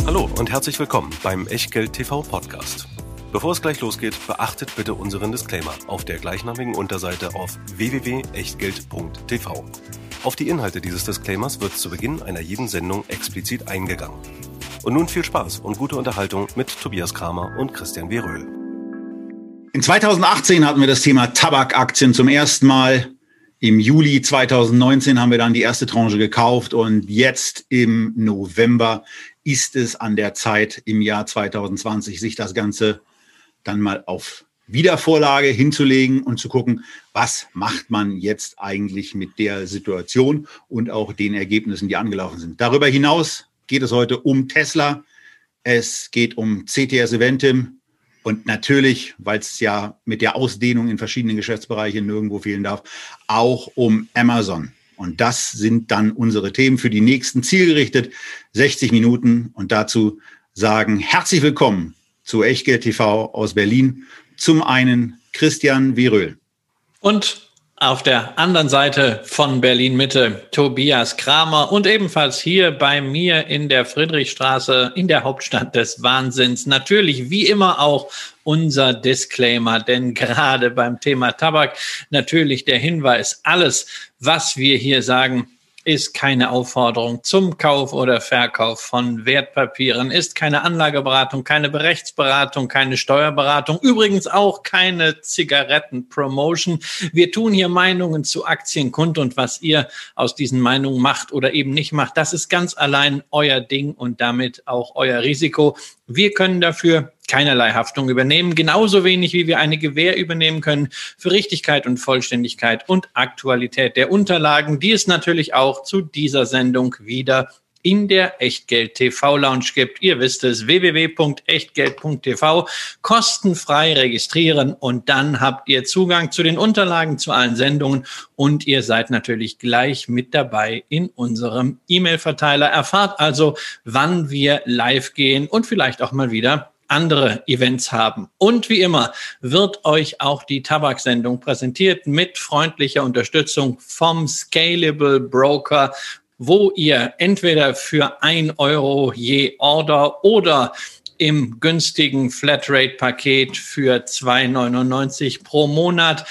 Hallo und herzlich willkommen beim Echtgeld TV Podcast. Bevor es gleich losgeht, beachtet bitte unseren Disclaimer auf der gleichnamigen Unterseite auf www.echtgeld.tv. Auf die Inhalte dieses Disclaimers wird zu Beginn einer jeden Sendung explizit eingegangen. Und nun viel Spaß und gute Unterhaltung mit Tobias Kramer und Christian W. Röhl. In 2018 hatten wir das Thema Tabakaktien zum ersten Mal. Im Juli 2019 haben wir dann die erste Tranche gekauft und jetzt im November ist es an der Zeit, im Jahr 2020 sich das Ganze dann mal auf Wiedervorlage hinzulegen und zu gucken, was macht man jetzt eigentlich mit der Situation und auch den Ergebnissen, die angelaufen sind. Darüber hinaus geht es heute um Tesla, es geht um CTS Eventim und natürlich, weil es ja mit der Ausdehnung in verschiedene Geschäftsbereiche nirgendwo fehlen darf, auch um Amazon. Und das sind dann unsere Themen für die nächsten zielgerichtet 60 Minuten. Und dazu sagen herzlich willkommen zu Echtgeld TV aus Berlin. Zum einen Christian W. Röhl. Und auf der anderen Seite von Berlin-Mitte Tobias Kramer und ebenfalls hier bei mir in der Friedrichstraße in der Hauptstadt des Wahnsinns. Natürlich wie immer auch unser Disclaimer, denn gerade beim Thema Tabak natürlich der Hinweis, alles, was wir hier sagen, ist keine Aufforderung zum Kauf oder Verkauf von Wertpapieren, ist keine Anlageberatung, keine Rechtsberatung, keine Steuerberatung, übrigens auch keine Zigarettenpromotion. Wir tun hier Meinungen zu Aktien kund und was ihr aus diesen Meinungen macht oder eben nicht macht, das ist ganz allein euer Ding und damit auch euer Risiko. Wir können dafür keinerlei Haftung übernehmen, genauso wenig wie wir eine Gewähr übernehmen können für Richtigkeit und Vollständigkeit und Aktualität der Unterlagen, die es natürlich auch zu dieser Sendung wieder in der Echtgeld TV Lounge gibt. Ihr wisst es, www.echtgeld.tv, kostenfrei registrieren und dann habt ihr Zugang zu den Unterlagen, zu allen Sendungen und ihr seid natürlich gleich mit dabei in unserem E-Mail-Verteiler. Erfahrt also, wann wir live gehen und vielleicht auch mal wieder andere Events haben. Und wie immer wird euch auch die Tabaksendung präsentiert mit freundlicher Unterstützung vom Scalable Broker, wo ihr entweder für 1 Euro je Order oder im günstigen Flatrate-Paket für 2,99 pro Monat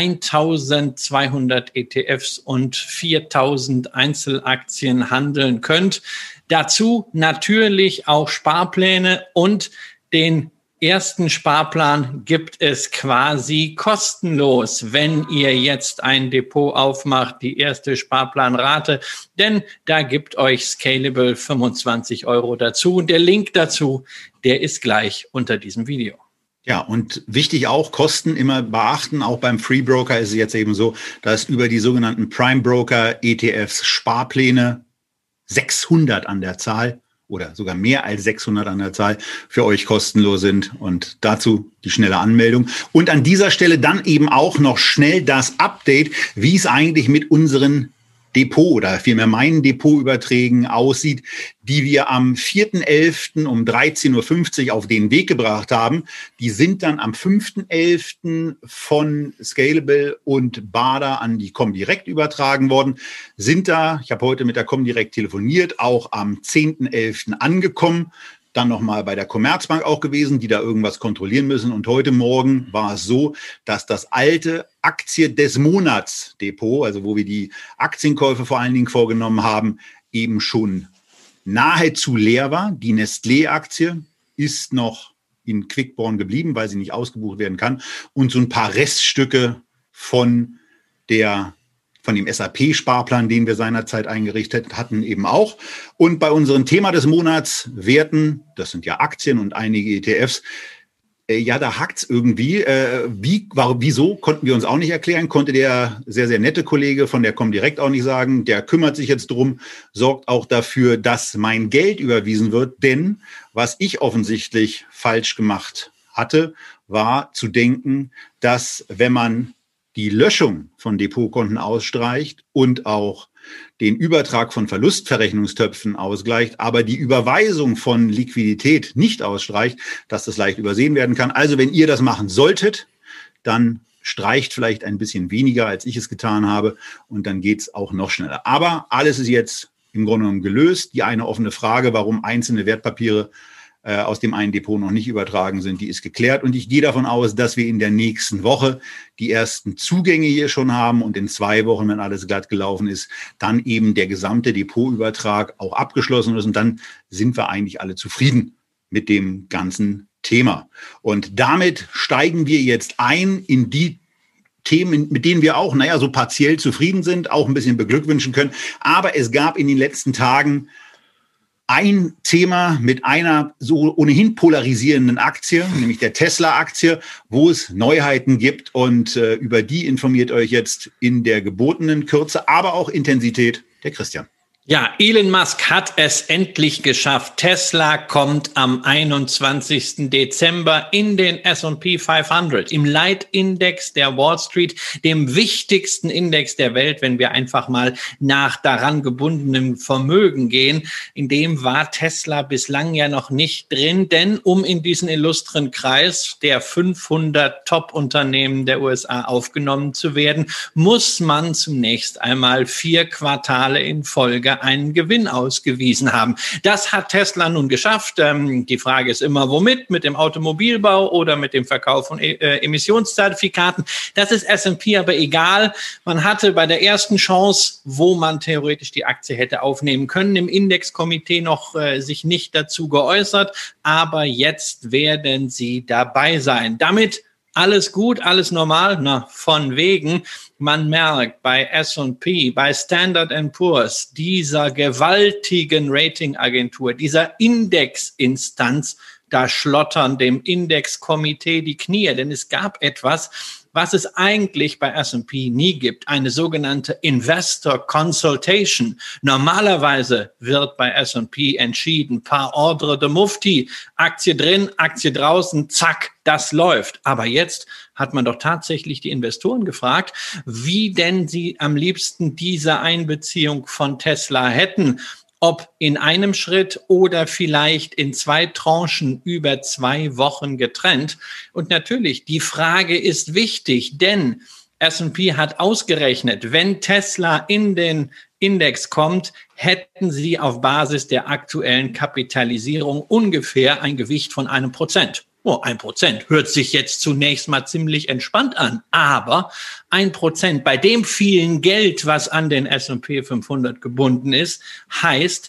1.200 ETFs und 4.000 Einzelaktien handeln könnt. Dazu natürlich auch Sparpläne und den ersten Sparplan gibt es quasi kostenlos, wenn ihr jetzt ein Depot aufmacht, die erste Sparplanrate, denn da gibt euch Scalable 25 Euro dazu. Und der Link dazu, der ist gleich unter diesem Video. Ja, und wichtig auch, Kosten immer beachten. Auch beim Free Broker ist es jetzt eben so, dass über die sogenannten Prime Broker ETFs Sparpläne 600 an der Zahl oder sogar mehr als 600 an der Zahl für euch kostenlos sind. Und dazu die schnelle Anmeldung. Und an dieser Stelle dann eben auch noch schnell das Update, wie es eigentlich mit unseren Depot oder vielmehr meinen Depotüberträgen aussieht, die wir am 4.11. um 13.50 Uhr auf den Weg gebracht haben. Die sind dann am 5.11. von Scalable und Baader an die Comdirect übertragen worden. Sind da, ich habe heute mit der Comdirect telefoniert, auch am 10.11. angekommen. Dann nochmal bei der Commerzbank auch gewesen, die da irgendwas kontrollieren müssen. Und heute Morgen war es so, dass das alte Aktie des Monats Depot, also wo wir die Aktienkäufe vor allen Dingen vorgenommen haben, eben schon nahezu leer war. Die Nestlé-Aktie ist noch in Quickborn geblieben, weil sie nicht ausgebucht werden kann. Und so ein paar Reststücke von dem SAP-Sparplan, den wir seinerzeit eingerichtet hatten, eben auch. Und bei unseren Thema des Monats Werten, das sind ja Aktien und einige ETFs, ja, da hakt's irgendwie. Wieso, konnten wir uns auch nicht erklären, konnte der sehr, sehr nette Kollege von der Comdirect auch nicht sagen. Der kümmert sich jetzt drum, sorgt auch dafür, dass mein Geld überwiesen wird. Denn was ich offensichtlich falsch gemacht hatte, war zu denken, dass wenn man die Löschung von Depotkonten ausstreicht und auch den Übertrag von Verlustverrechnungstöpfen ausgleicht, aber die Überweisung von Liquidität nicht ausstreicht, dass das leicht übersehen werden kann. Also wenn ihr das machen solltet, dann streicht vielleicht ein bisschen weniger, als ich es getan habe und dann geht's auch noch schneller. Aber alles ist jetzt im Grunde genommen gelöst. Die eine offene Frage, warum einzelne Wertpapiere aus dem einen Depot noch nicht übertragen sind, die ist geklärt. Und ich gehe davon aus, dass wir in der nächsten Woche die ersten Zugänge hier schon haben und in 2 Wochen, wenn alles glatt gelaufen ist, dann eben der gesamte Depotübertrag auch abgeschlossen ist. Und dann sind wir eigentlich alle zufrieden mit dem ganzen Thema. Und damit steigen wir jetzt ein in die Themen, mit denen wir auch, so partiell zufrieden sind, auch ein bisschen beglückwünschen können. Aber es gab in den letzten Tagen ein Thema mit einer so ohnehin polarisierenden Aktie, nämlich der Tesla-Aktie, wo es Neuheiten gibt. Und über die informiert euch jetzt in der gebotenen Kürze, aber auch Intensität der Christian. Ja, Elon Musk hat es endlich geschafft. Tesla kommt am 21. Dezember in den S&P 500, im Leitindex der Wall Street, dem wichtigsten Index der Welt, wenn wir einfach mal nach daran gebundenem Vermögen gehen. In dem war Tesla bislang ja noch nicht drin, denn um in diesen illustren Kreis der 500 Top-Unternehmen der USA aufgenommen zu werden, muss man zunächst einmal 4 Quartale in Folge einen Gewinn ausgewiesen haben. Das hat Tesla nun geschafft. Die Frage ist immer, womit? Mit dem Automobilbau oder mit dem Verkauf von Emissionszertifikaten? Das ist S&P aber egal. Man hatte bei der ersten Chance, wo man theoretisch die Aktie hätte aufnehmen können, im Indexkomitee noch sich nicht dazu geäußert. Aber jetzt werden sie dabei sein. Damit alles gut, alles normal? Na, von wegen. Man merkt bei S&P, bei Standard & Poor's, dieser gewaltigen Ratingagentur, dieser Indexinstanz, da schlottern dem Indexkomitee die Knie. Denn es gab etwas, was es eigentlich bei S&P nie gibt, eine sogenannte Investor Consultation. Normalerweise wird bei S&P entschieden, par ordre de Mufti, Aktie drin, Aktie draußen, zack, das läuft. Aber jetzt hat man doch tatsächlich die Investoren gefragt, wie denn sie am liebsten diese Einbeziehung von Tesla hätten. Ob in einem Schritt oder vielleicht in 2 Tranchen über 2 Wochen getrennt. Und natürlich, die Frage ist wichtig, denn S&P hat ausgerechnet, wenn Tesla in den Index kommt, hätten sie auf Basis der aktuellen Kapitalisierung ungefähr ein Gewicht von 1%. 1% hört sich jetzt zunächst mal ziemlich entspannt an, aber 1% bei dem vielen Geld, was an den S&P 500 gebunden ist, heißt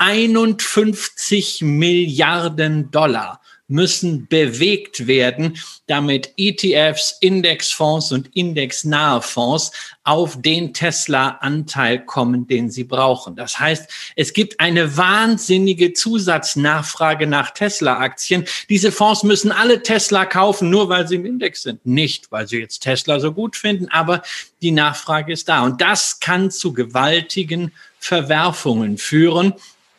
51 Milliarden Dollar müssen bewegt werden, damit ETFs, Indexfonds und indexnahe Fonds auf den Tesla-Anteil kommen, den sie brauchen. Das heißt, es gibt eine wahnsinnige Zusatznachfrage nach Tesla-Aktien. Diese Fonds müssen alle Tesla kaufen, nur weil sie im Index sind. Nicht, weil sie jetzt Tesla so gut finden, aber die Nachfrage ist da. Und das kann zu gewaltigen Verwerfungen führen.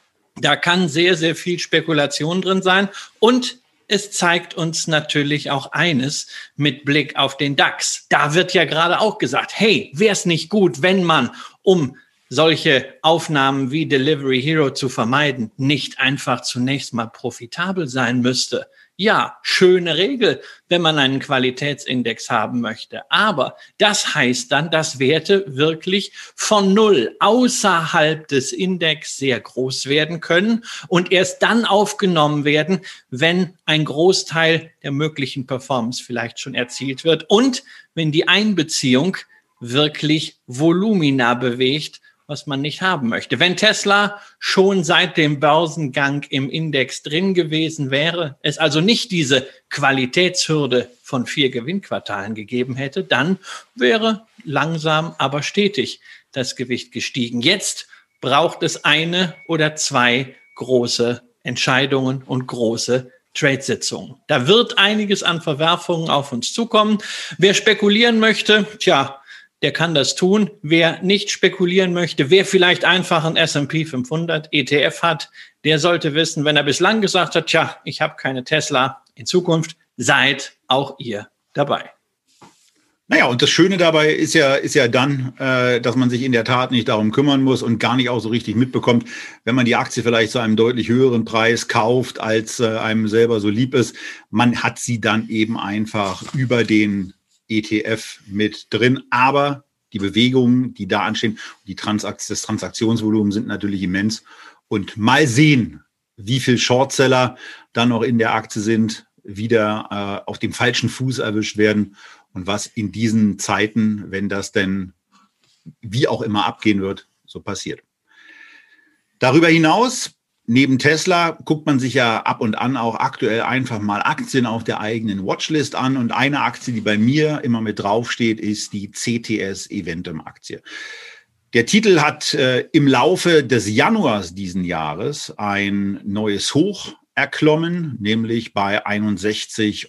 Da kann sehr, sehr viel Spekulation drin sein und es zeigt uns natürlich auch eines mit Blick auf den DAX. Da wird ja gerade auch gesagt, hey, wäre es nicht gut, wenn man, um solche Aufnahmen wie Delivery Hero zu vermeiden, nicht einfach zunächst mal profitabel sein müsste. Ja, schöne Regel, wenn man einen Qualitätsindex haben möchte. Aber das heißt dann, dass Werte wirklich von 0 außerhalb des Index sehr groß werden können und erst dann aufgenommen werden, wenn ein Großteil der möglichen Performance vielleicht schon erzielt wird und wenn die Einbeziehung wirklich Volumina bewegt, was man nicht haben möchte. Wenn Tesla schon seit dem Börsengang im Index drin gewesen wäre, es also nicht diese Qualitätshürde von 4 Gewinnquartalen gegeben hätte, dann wäre langsam, aber stetig das Gewicht gestiegen. Jetzt braucht es 1 oder 2 große Entscheidungen und große Trade-Sitzungen. Da wird einiges an Verwerfungen auf uns zukommen. Wer spekulieren möchte, der kann das tun. Wer nicht spekulieren möchte, wer vielleicht einfach einen S&P 500 ETF hat, der sollte wissen, wenn er bislang gesagt hat, ich habe keine Tesla, in Zukunft seid auch ihr dabei. Naja, und das Schöne dabei ist ja dann, dass man sich in der Tat nicht darum kümmern muss und gar nicht auch so richtig mitbekommt, wenn man die Aktie vielleicht zu einem deutlich höheren Preis kauft, als einem selber so lieb ist. Man hat sie dann eben einfach über den ETF mit drin. Aber Die Bewegungen, die da anstehen, das Transaktionsvolumen sind natürlich immens. Und mal sehen, wie viel Shortseller dann noch in der Aktie sind, wieder auf dem falschen Fuß erwischt werden und was in diesen Zeiten, wenn das denn wie auch immer abgehen wird, so passiert. Darüber hinaus, neben Tesla, guckt man sich ja ab und an auch aktuell einfach mal Aktien auf der eigenen Watchlist an. Und eine Aktie, die bei mir immer mit draufsteht, ist die CTS Eventum Aktie. Der Titel hat im Laufe des Januars diesen Jahres ein neues Hoch erklommen, nämlich bei 61,55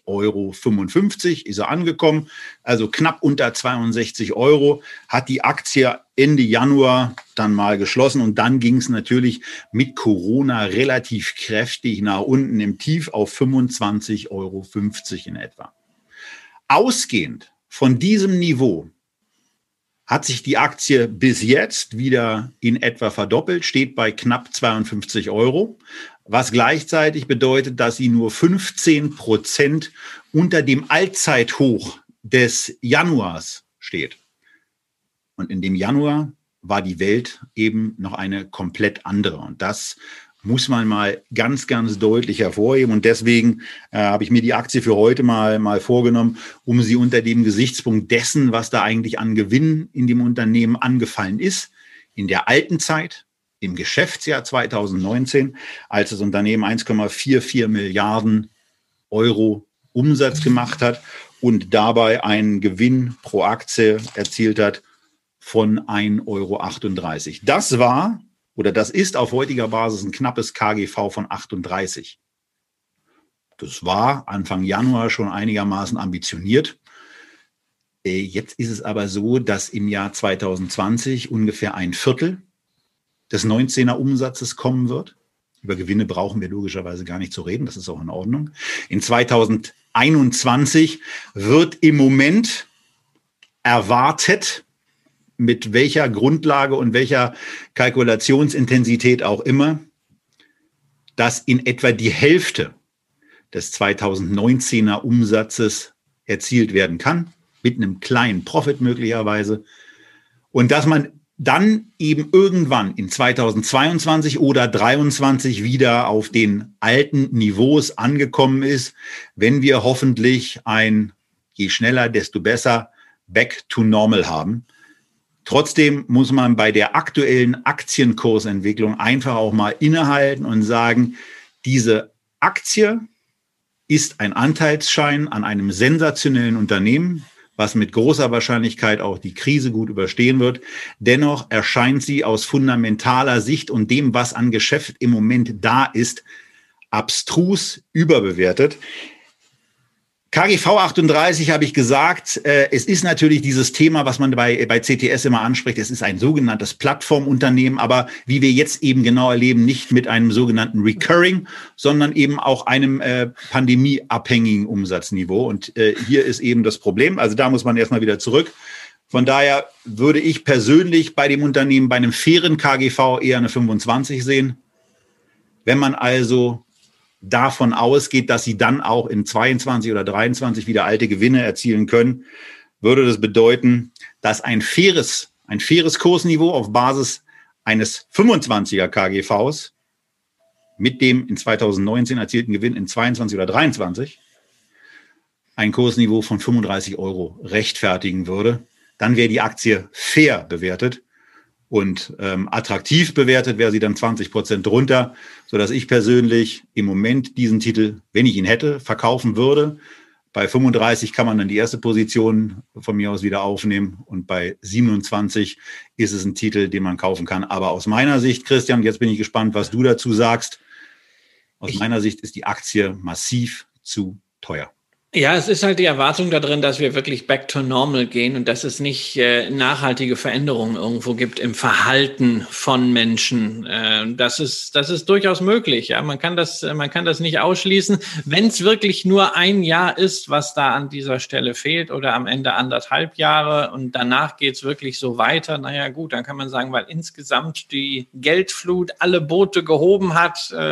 € ist er angekommen, also knapp unter 62 €, hat die Aktie Ende Januar dann mal geschlossen und dann ging es natürlich mit Corona relativ kräftig nach unten im Tief auf 25,50 € in etwa. Ausgehend von diesem Niveau hat sich die Aktie bis jetzt wieder in etwa verdoppelt, steht bei knapp 52 €, was gleichzeitig bedeutet, dass sie nur 15% unter dem Allzeithoch des Januars steht. Und in dem Januar war die Welt eben noch eine komplett andere. Und das muss man mal ganz, ganz deutlich hervorheben. Und deswegen habe ich mir die Aktie für heute mal vorgenommen, um sie unter dem Gesichtspunkt dessen, was da eigentlich an Gewinn in dem Unternehmen angefallen ist, in der alten Zeit, im Geschäftsjahr 2019, als das Unternehmen 1,44 Milliarden € Umsatz gemacht hat und dabei einen Gewinn pro Aktie erzielt hat von 1,38 €. Das ist auf heutiger Basis ein knappes KGV von 38. Das war Anfang Januar schon einigermaßen ambitioniert. Jetzt ist es aber so, dass im Jahr 2020 ungefähr ein Viertel des 19er Umsatzes kommen wird. Über Gewinne brauchen wir logischerweise gar nicht zu reden, das ist auch in Ordnung. In 2021 wird im Moment erwartet, mit welcher Grundlage und welcher Kalkulationsintensität auch immer, dass in etwa die Hälfte des 2019er Umsatzes erzielt werden kann, mit einem kleinen Profit möglicherweise. Und dass man dann eben irgendwann in 2022 oder 2023 wieder auf den alten Niveaus angekommen ist, wenn wir hoffentlich ein, je schneller, desto besser, Back to Normal haben. Trotzdem muss man bei der aktuellen Aktienkursentwicklung einfach auch mal innehalten und sagen, diese Aktie ist ein Anteilsschein an einem sensationellen Unternehmen, was mit großer Wahrscheinlichkeit auch die Krise gut überstehen wird. Dennoch erscheint sie aus fundamentaler Sicht und dem, was an Geschäft im Moment da ist, abstrus überbewertet. KGV 38 habe ich gesagt, es ist natürlich dieses Thema, was man bei CTS immer anspricht, es ist ein sogenanntes Plattformunternehmen, aber wie wir jetzt eben genau erleben, nicht mit einem sogenannten Recurring, sondern eben auch einem pandemieabhängigen Umsatzniveau. Und hier ist eben das Problem, also da muss man erstmal wieder zurück. Von daher würde ich persönlich bei dem Unternehmen bei einem fairen KGV eher eine 25 sehen. Wenn man also davon ausgeht, dass sie dann auch in 22 oder 23 wieder alte Gewinne erzielen können, würde das bedeuten, dass ein faires Kursniveau auf Basis eines 25er KGVs mit dem in 2019 erzielten Gewinn in 22 oder 23 ein Kursniveau von 35 € rechtfertigen würde. Dann wäre die Aktie fair bewertet. Und attraktiv bewertet wäre sie dann 20% drunter, sodass ich persönlich im Moment diesen Titel, wenn ich ihn hätte, verkaufen würde. Bei 35 kann man dann die erste Position von mir aus wieder aufnehmen und bei 27 ist es ein Titel, den man kaufen kann. Aber aus meiner Sicht, Christian, jetzt bin ich gespannt, was du dazu sagst. Aus meiner Sicht ist die Aktie massiv zu teuer. Ja, es ist halt die Erwartung da drin, dass wir wirklich back to normal gehen und dass es nicht nachhaltige Veränderungen irgendwo gibt im Verhalten von Menschen. Das ist durchaus möglich. Ja, man kann das nicht ausschließen. Wenn es wirklich nur ein Jahr ist, was da an dieser Stelle fehlt oder am Ende 1,5 Jahre und danach geht's wirklich so weiter. Naja, gut, dann kann man sagen, weil insgesamt die Geldflut alle Boote gehoben hat,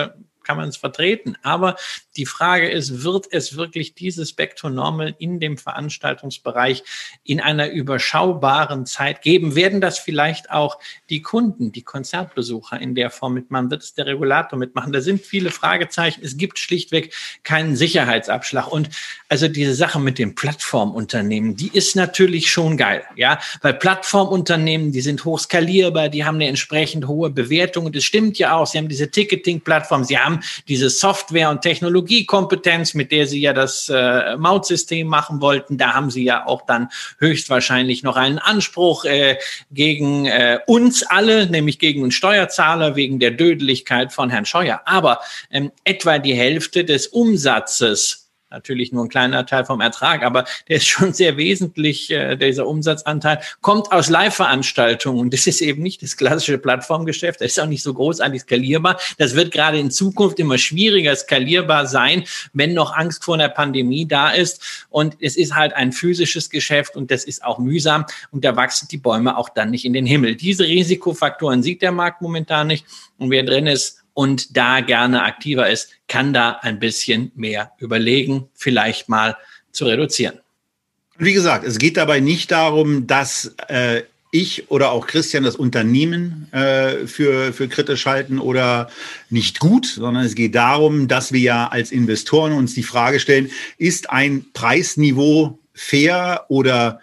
kann man es vertreten. Aber die Frage ist, wird es wirklich dieses Back to Normal in dem Veranstaltungsbereich in einer überschaubaren Zeit geben? Werden das vielleicht auch die Kunden, die Konzertbesucher in der Form mitmachen? Wird es der Regulator mitmachen? Da sind viele Fragezeichen. Es gibt schlichtweg keinen Sicherheitsabschlag. Und also diese Sache mit den Plattformunternehmen, die ist natürlich schon geil, ja, weil Plattformunternehmen, die sind hochskalierbar, die haben eine entsprechend hohe Bewertung und es stimmt ja auch, sie haben diese Ticketing-Plattform, sie haben diese Software- und Technologiekompetenz, mit der sie ja das Mautsystem machen wollten, da haben sie ja auch dann höchstwahrscheinlich noch einen Anspruch gegen uns alle, nämlich gegen uns Steuerzahler wegen der Dödeligkeit von Herrn Scheuer, aber etwa die Hälfte des Umsatzes, natürlich nur ein kleiner Teil vom Ertrag, aber der ist schon sehr wesentlich, dieser Umsatzanteil, kommt aus Live-Veranstaltungen. Und das ist eben nicht das klassische Plattformgeschäft. Das ist auch nicht so großartig skalierbar. Das wird gerade in Zukunft immer schwieriger skalierbar sein, wenn noch Angst vor einer Pandemie da ist. Und es ist halt ein physisches Geschäft und das ist auch mühsam. Und da wachsen die Bäume auch dann nicht in den Himmel. Diese Risikofaktoren sieht der Markt momentan nicht. Und wer drin ist und da gerne aktiver ist, kann da ein bisschen mehr überlegen, vielleicht mal zu reduzieren. Wie gesagt, es geht dabei nicht darum, dass ich oder auch Christian das Unternehmen für kritisch halten oder nicht gut, sondern es geht darum, dass wir ja als Investoren uns die Frage stellen, ist ein Preisniveau fair oder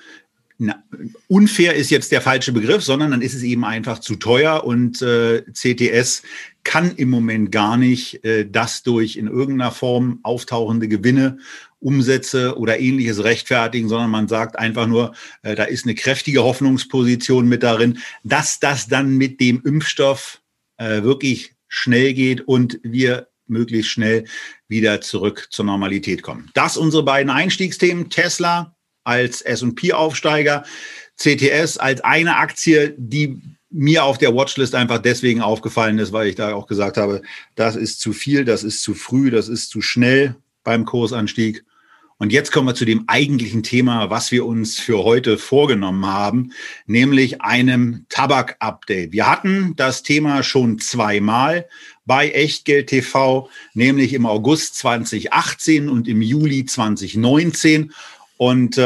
unfair ist jetzt der falsche Begriff, sondern dann ist es eben einfach zu teuer und CTS kann im Moment gar nicht das durch in irgendeiner Form auftauchende Gewinne, Umsätze oder Ähnliches rechtfertigen, sondern man sagt einfach nur, da ist eine kräftige Hoffnungsposition mit darin, dass das dann mit dem Impfstoff wirklich schnell geht und wir möglichst schnell wieder zurück zur Normalität kommen. Das unsere beiden Einstiegsthemen, Tesla als S&P-Aufsteiger, CTS als eine Aktie, die mir auf der Watchlist einfach deswegen aufgefallen ist, weil ich da auch gesagt habe, das ist zu viel, das ist zu früh, das ist zu schnell beim Kursanstieg. Und jetzt kommen wir zu dem eigentlichen Thema, was wir uns für heute vorgenommen haben, nämlich einem Tabak-Update. Wir hatten das Thema schon zweimal bei Echtgeld TV, nämlich im August 2018 und im Juli 2019. Und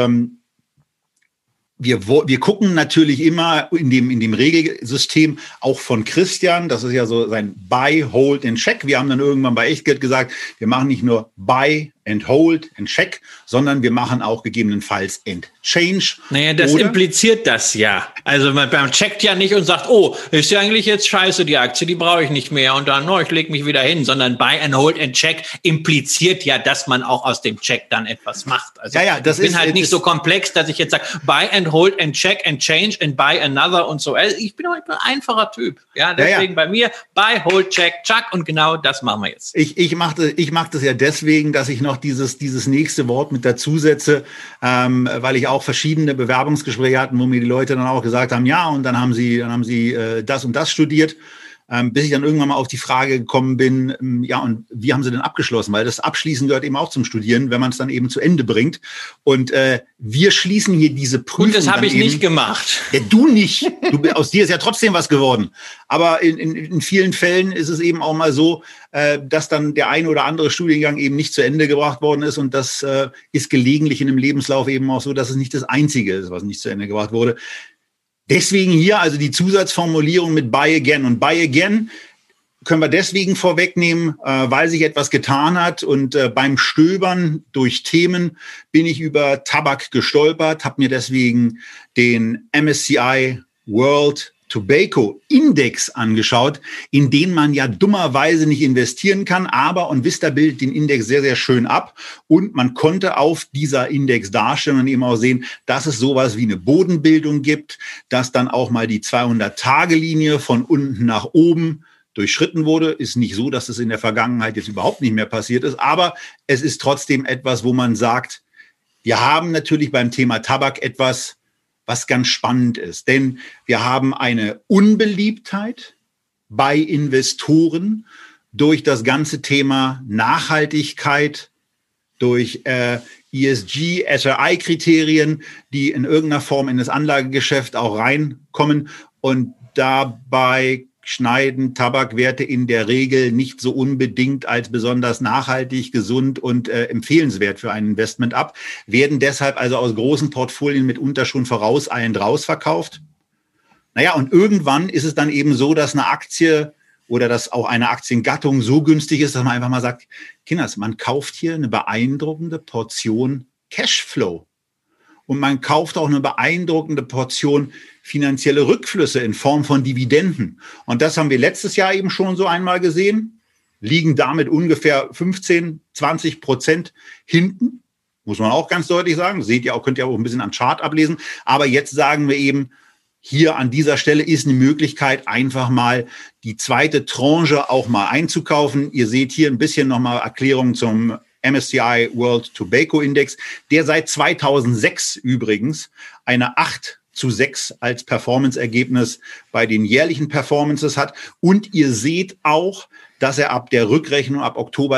wir gucken natürlich immer in dem Regelsystem auch von Christian. Das ist ja so sein Buy, Hold and Check. Wir haben dann irgendwann bei Echtgeld gesagt, wir machen nicht nur Buy and Hold and Check, sondern wir machen auch gegebenenfalls and Change. Naja, das impliziert das ja. Also man checkt ja nicht und sagt, oh, ist ja eigentlich jetzt scheiße, die Aktie, die brauche ich nicht mehr und dann, ich lege mich wieder hin, sondern Buy and Hold and Check impliziert ja, dass man auch aus dem Check dann etwas macht. Also das ich bin halt nicht so komplex, dass ich jetzt sage, Buy and Hold and Check and Change and Buy another und so. Also ich bin auch ein einfacher Typ. Ja, deswegen bei mir Buy, Hold, Check, Chuck und genau das machen wir jetzt. Ich mach das ja deswegen, dass ich noch dieses nächste Wort mit dazu setze, weil ich auch verschiedene Bewerbungsgespräche hatten, wo mir die Leute dann auch gesagt haben, ja, und dann haben sie das und das studiert, bis ich dann irgendwann mal auf die Frage gekommen bin, ja, und wie haben sie denn abgeschlossen? Weil das Abschließen gehört eben auch zum Studieren, wenn man es dann eben zu Ende bringt. Und wir schließen hier diese Prüfung. Und das habe ich nicht gemacht. Ja, du nicht. Aus dir ist ja trotzdem was geworden. Aber in vielen Fällen ist es eben auch mal so, dass dann der eine oder andere Studiengang eben nicht zu Ende gebracht worden ist. Und das ist gelegentlich in einem Lebenslauf eben auch so, dass es nicht das Einzige ist, was nicht zu Ende gebracht wurde. Deswegen hier also die Zusatzformulierung mit Buy Again. Und Buy Again können wir deswegen vorwegnehmen, weil sich etwas getan hat. Und beim Stöbern durch Themen bin ich über Tabak gestolpert, habe mir deswegen den MSCI World Tobacco Index angeschaut, in den man ja dummerweise nicht investieren kann, aber OnVista bildet den Index sehr, sehr schön ab und man konnte auf dieser Indexdarstellung dann eben auch sehen, dass es sowas wie eine Bodenbildung gibt, dass dann auch mal die 200-Tage-Linie von unten nach oben durchschritten wurde. Ist nicht so, dass es in der Vergangenheit jetzt überhaupt nicht mehr passiert ist, aber es ist trotzdem etwas, wo man sagt, wir haben natürlich beim Thema Tabak etwas, was ganz spannend ist. Denn wir haben eine Unbeliebtheit bei Investoren durch das ganze Thema Nachhaltigkeit, durch ESG, SRI-Kriterien, die in irgendeiner Form in das Anlagegeschäft auch reinkommen. Und dabei schneiden Tabakwerte in der Regel nicht so unbedingt als besonders nachhaltig, gesund und empfehlenswert für ein Investment ab, werden deshalb also aus großen Portfolien mitunter schon vorauseilend rausverkauft. Naja, und irgendwann ist es dann eben so, dass eine Aktie oder dass auch eine Aktiengattung so günstig ist, dass man einfach mal sagt, Kinders, man kauft hier eine beeindruckende Portion Cashflow. Und man kauft auch eine beeindruckende Portion finanzielle Rückflüsse in Form von Dividenden. Und das haben wir letztes Jahr eben schon so einmal gesehen, liegen damit ungefähr 15-20% hinten, muss man auch ganz deutlich sagen. Seht ihr auch, könnt ihr auch ein bisschen am Chart ablesen. Aber jetzt sagen wir eben, hier an dieser Stelle ist eine Möglichkeit, einfach mal die zweite Tranche auch mal einzukaufen. Ihr seht hier ein bisschen nochmal Erklärung zum MSCI World Tobacco Index, der seit 2006 übrigens eine 8:6 als Performance-Ergebnis bei den jährlichen Performances hat. Und ihr seht auch, dass er ab der Rückrechnung ab Oktober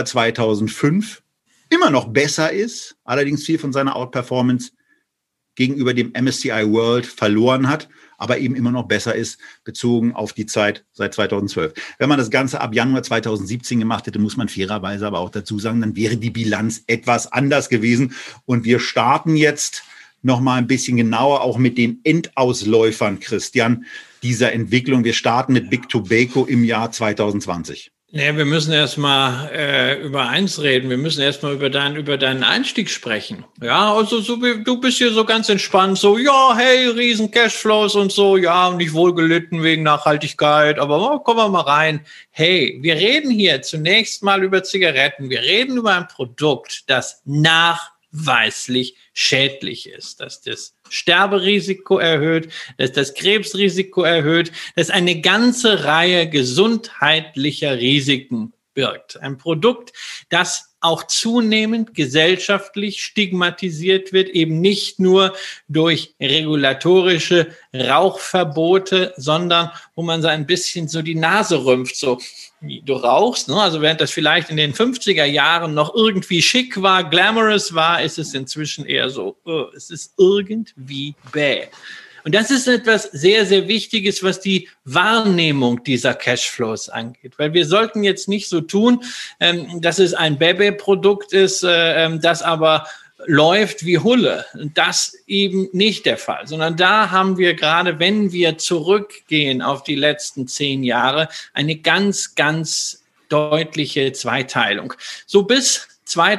2005 immer noch besser ist, allerdings viel von seiner Outperformance gegenüber dem MSCI World verloren hat, aber eben immer noch besser ist, bezogen auf die Zeit seit 2012. Wenn man das Ganze ab Januar 2017 gemacht hätte, muss man fairerweise aber auch dazu sagen, dann wäre die Bilanz etwas anders gewesen. Und wir starten jetzt noch mal ein bisschen genauer auch mit den Endausläufern, Christian, dieser Entwicklung. Wir starten mit Big Tobacco im Jahr 2020. Ja, wir müssen erstmal über eins reden. Wir müssen erstmal über deinen Einstieg sprechen. Ja, also du bist hier so ganz entspannt, so, ja, hey, riesen Cashflows und so, ja, nicht wohl gelitten wegen Nachhaltigkeit, aber kommen wir mal rein. Hey, wir reden hier zunächst mal über Zigaretten. Wir reden über ein Produkt, das nachweislich schädlich ist, dass das Sterberisiko erhöht, dass das Krebsrisiko erhöht, dass eine ganze Reihe gesundheitlicher Risiken birgt. Ein Produkt, das auch zunehmend gesellschaftlich stigmatisiert wird, eben nicht nur durch regulatorische Rauchverbote, sondern wo man so ein bisschen so die Nase rümpft, so, du rauchst, ne? Also während das vielleicht in den 50er Jahren noch irgendwie schick war, glamorous war, ist es inzwischen eher so, es ist irgendwie bäh. Und das ist etwas sehr, sehr Wichtiges, was die Wahrnehmung dieser Cashflows angeht. Weil wir sollten jetzt nicht so tun, dass es ein Baby-Produkt ist, das aber läuft wie Hulle. Das eben nicht der Fall, sondern da haben wir gerade, wenn wir zurückgehen auf die letzten 10 Jahre, eine ganz, ganz deutliche Zweiteilung. So bis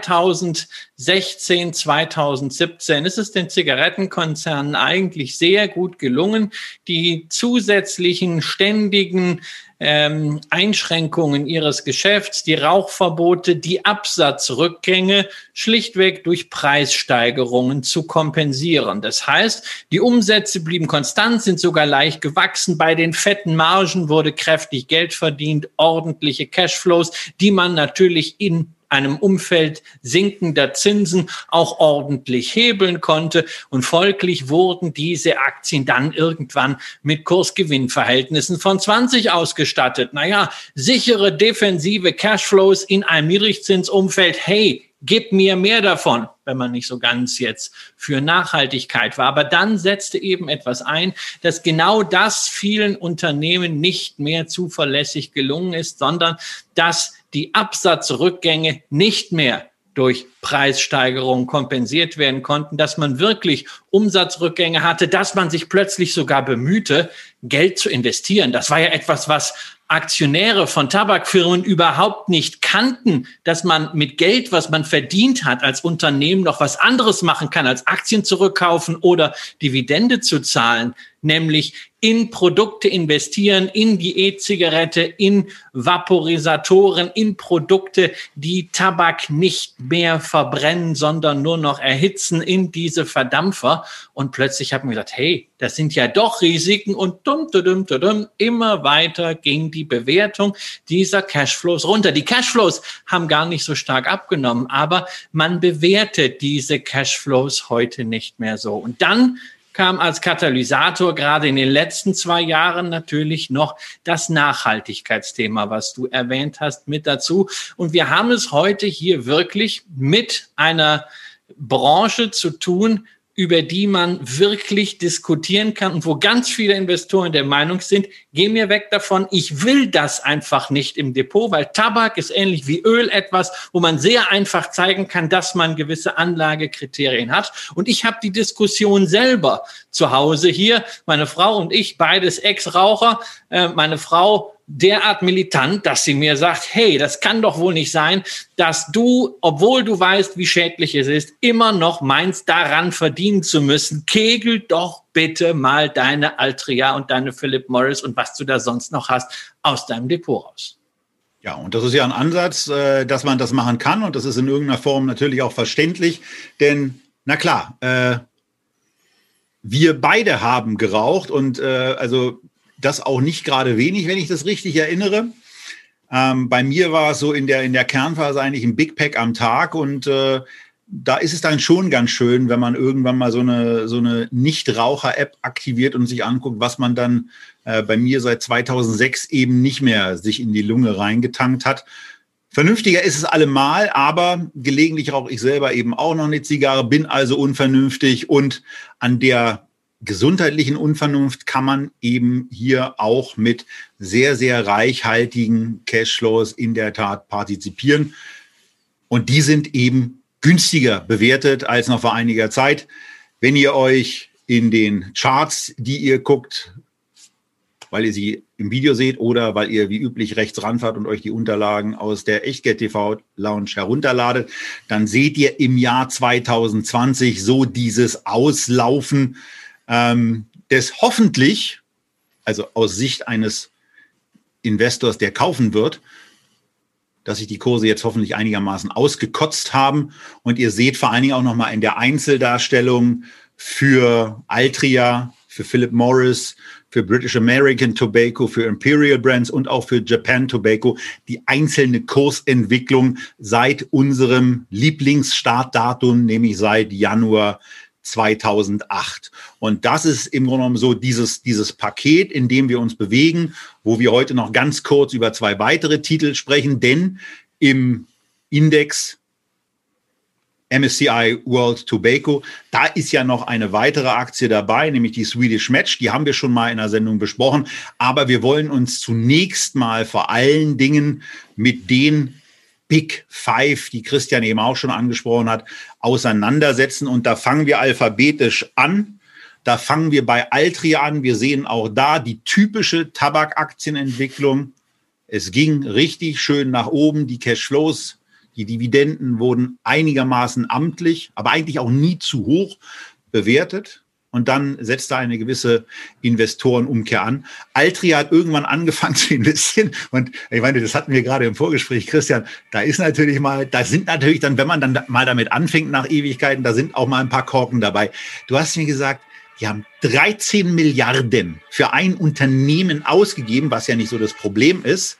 2016, 2017 ist es den Zigarettenkonzernen eigentlich sehr gut gelungen, die zusätzlichen ständigen Einschränkungen ihres Geschäfts, die Rauchverbote, die Absatzrückgänge schlichtweg durch Preissteigerungen zu kompensieren. Das heißt, die Umsätze blieben konstant, sind sogar leicht gewachsen. Bei den fetten Margen wurde kräftig Geld verdient, ordentliche Cashflows, die man natürlich in einem Umfeld sinkender Zinsen auch ordentlich hebeln konnte. Und folglich wurden diese Aktien dann irgendwann mit Kursgewinnverhältnissen von 20 ausgestattet. Naja, sichere defensive Cashflows in einem Niedrigzinsumfeld. Hey, gib mir mehr davon, wenn man nicht so ganz jetzt für Nachhaltigkeit war. Aber dann setzte eben etwas ein, dass genau das vielen Unternehmen nicht mehr zuverlässig gelungen ist, sondern dass die Absatzrückgänge nicht mehr durch Preissteigerungen kompensiert werden konnten, dass man wirklich Umsatzrückgänge hatte, dass man sich plötzlich sogar bemühte, Geld zu investieren. Das war ja etwas, was Aktionäre von Tabakfirmen überhaupt nicht kannten, dass man mit Geld, was man verdient hat, als Unternehmen noch was anderes machen kann, als Aktien zurückkaufen oder Dividende zu zahlen, nämlich in Produkte investieren, in die E-Zigarette, in Vaporisatoren, in Produkte, die Tabak nicht mehr verbrennen, sondern nur noch erhitzen, in diese Verdampfer. Und plötzlich hat man gesagt, hey, das sind ja doch Risiken, und immer weiter ging die Bewertung dieser Cashflows runter. Die Cashflows haben gar nicht so stark abgenommen, aber man bewertet diese Cashflows heute nicht mehr so. Und dann kam als Katalysator gerade in den letzten 2 Jahren natürlich noch das Nachhaltigkeitsthema, was du erwähnt hast, mit dazu. Und wir haben es heute hier wirklich mit einer Branche zu tun, über die man wirklich diskutieren kann und wo ganz viele Investoren der Meinung sind, geh mir weg davon, ich will das einfach nicht im Depot, weil Tabak ist ähnlich wie Öl etwas, wo man sehr einfach zeigen kann, dass man gewisse Anlagekriterien hat. Und ich habe die Diskussion selber zu Hause hier, meine Frau und ich, beides Ex-Raucher, meine Frau derart militant, dass sie mir sagt, hey, das kann doch wohl nicht sein, dass du, obwohl du weißt, wie schädlich es ist, immer noch meinst, daran verdienen zu müssen. Kegel doch bitte mal deine Altria und deine Philip Morris und was du da sonst noch hast, aus deinem Depot raus. Ja, und das ist ja ein Ansatz, dass man das machen kann und das ist in irgendeiner Form natürlich auch verständlich, denn, na klar, wir beide haben geraucht und also das auch nicht gerade wenig, wenn ich das richtig erinnere. Bei mir war es so in der Kernphase eigentlich ein Big Pack am Tag und da ist es dann schon ganz schön, wenn man irgendwann mal so eine Nicht-Raucher-App aktiviert und sich anguckt, was man dann bei mir seit 2006 eben nicht mehr sich in die Lunge reingetankt hat. Vernünftiger ist es allemal, aber gelegentlich rauche ich selber eben auch noch eine Zigarre, bin also unvernünftig und an der gesundheitlichen Unvernunft kann man eben hier auch mit sehr, sehr reichhaltigen Cashflows in der Tat partizipieren. Und die sind eben günstiger bewertet als noch vor einiger Zeit. Wenn ihr euch in den Charts, die ihr guckt, weil ihr sie im Video seht oder weil ihr wie üblich rechts ranfahrt und euch die Unterlagen aus der Echtgeld TV Lounge herunterladet, dann seht ihr im Jahr 2020 so dieses Auslaufen des hoffentlich, also aus Sicht eines Investors, der kaufen wird, dass sich die Kurse jetzt hoffentlich einigermaßen ausgekotzt haben. Und ihr seht vor allen Dingen auch nochmal in der Einzeldarstellung für Altria, für Philip Morris, für British American Tobacco, für Imperial Brands und auch für Japan Tobacco die einzelne Kursentwicklung seit unserem Lieblingsstartdatum, nämlich seit Januar 2008. Und das ist im Grunde genommen so dieses Paket, in dem wir uns bewegen, wo wir heute noch ganz kurz über zwei weitere Titel sprechen, denn im Index MSCI World Tobacco, da ist ja noch eine weitere Aktie dabei, nämlich die Swedish Match. Die haben wir schon mal in der Sendung besprochen. Aber wir wollen uns zunächst mal vor allen Dingen mit den Big Five, die Christian eben auch schon angesprochen hat, auseinandersetzen. Und da fangen wir alphabetisch an. Da fangen wir bei Altria an. Wir sehen auch da die typische Tabakaktienentwicklung. Es ging richtig schön nach oben. Die Cashflows, die Dividenden wurden einigermaßen amtlich, aber eigentlich auch nie zu hoch bewertet. Und dann setzt da eine gewisse Investorenumkehr an. Altria hat irgendwann angefangen zu investieren. Und ich meine, das hatten wir gerade im Vorgespräch, Christian, da sind natürlich dann, wenn man dann mal damit anfängt nach Ewigkeiten, da sind auch mal ein paar Korken dabei. Du hast mir gesagt, die haben 13 Milliarden für ein Unternehmen ausgegeben, was ja nicht so das Problem ist.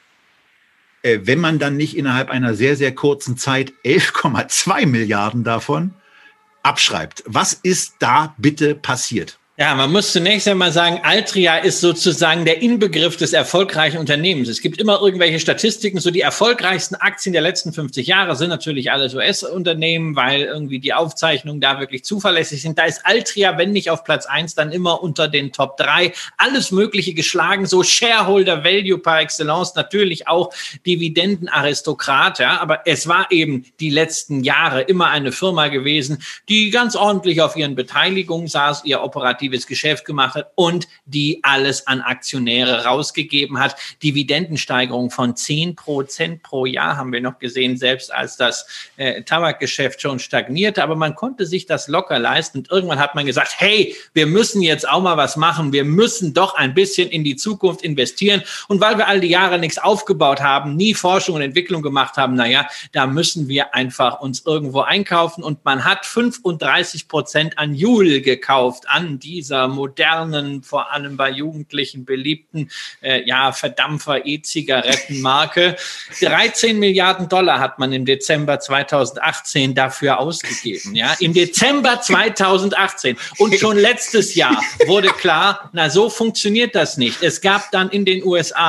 Wenn man dann nicht innerhalb einer sehr, sehr kurzen Zeit 11,2 Milliarden davon abschreibt. Was ist da bitte passiert? Ja, man muss zunächst einmal sagen, Altria ist sozusagen der Inbegriff des erfolgreichen Unternehmens. Es gibt immer irgendwelche Statistiken, so die erfolgreichsten Aktien der letzten 50 Jahre sind natürlich alles US-Unternehmen, weil irgendwie die Aufzeichnungen da wirklich zuverlässig sind. Da ist Altria, wenn nicht auf Platz 1, dann immer unter den Top 3. Alles Mögliche geschlagen, so Shareholder Value par excellence, natürlich auch Dividendenaristokrat, ja, aber es war eben die letzten Jahre immer eine Firma gewesen, die ganz ordentlich auf ihren Beteiligungen saß, ihr operatives Geschäft gemacht hat und die alles an Aktionäre rausgegeben hat. Dividendensteigerung von 10% pro Jahr haben wir noch gesehen, selbst als das Tabakgeschäft schon stagnierte. Aber man konnte sich das locker leisten. Und irgendwann hat man gesagt, hey, wir müssen jetzt auch mal was machen. Wir müssen doch ein bisschen in die Zukunft investieren. Und weil wir all die Jahre nichts aufgebaut haben, nie Forschung und Entwicklung gemacht haben, naja, da müssen wir einfach uns irgendwo einkaufen. Und man hat 35% an Juul gekauft, an dieser modernen, vor allem bei Jugendlichen beliebten Verdampfer E-Zigarettenmarke. 13 Milliarden Dollar hat man im Dezember 2018 dafür ausgegeben. Ja, im Dezember 2018. Und schon letztes Jahr wurde klar, na, so funktioniert das nicht. Es gab dann in den USA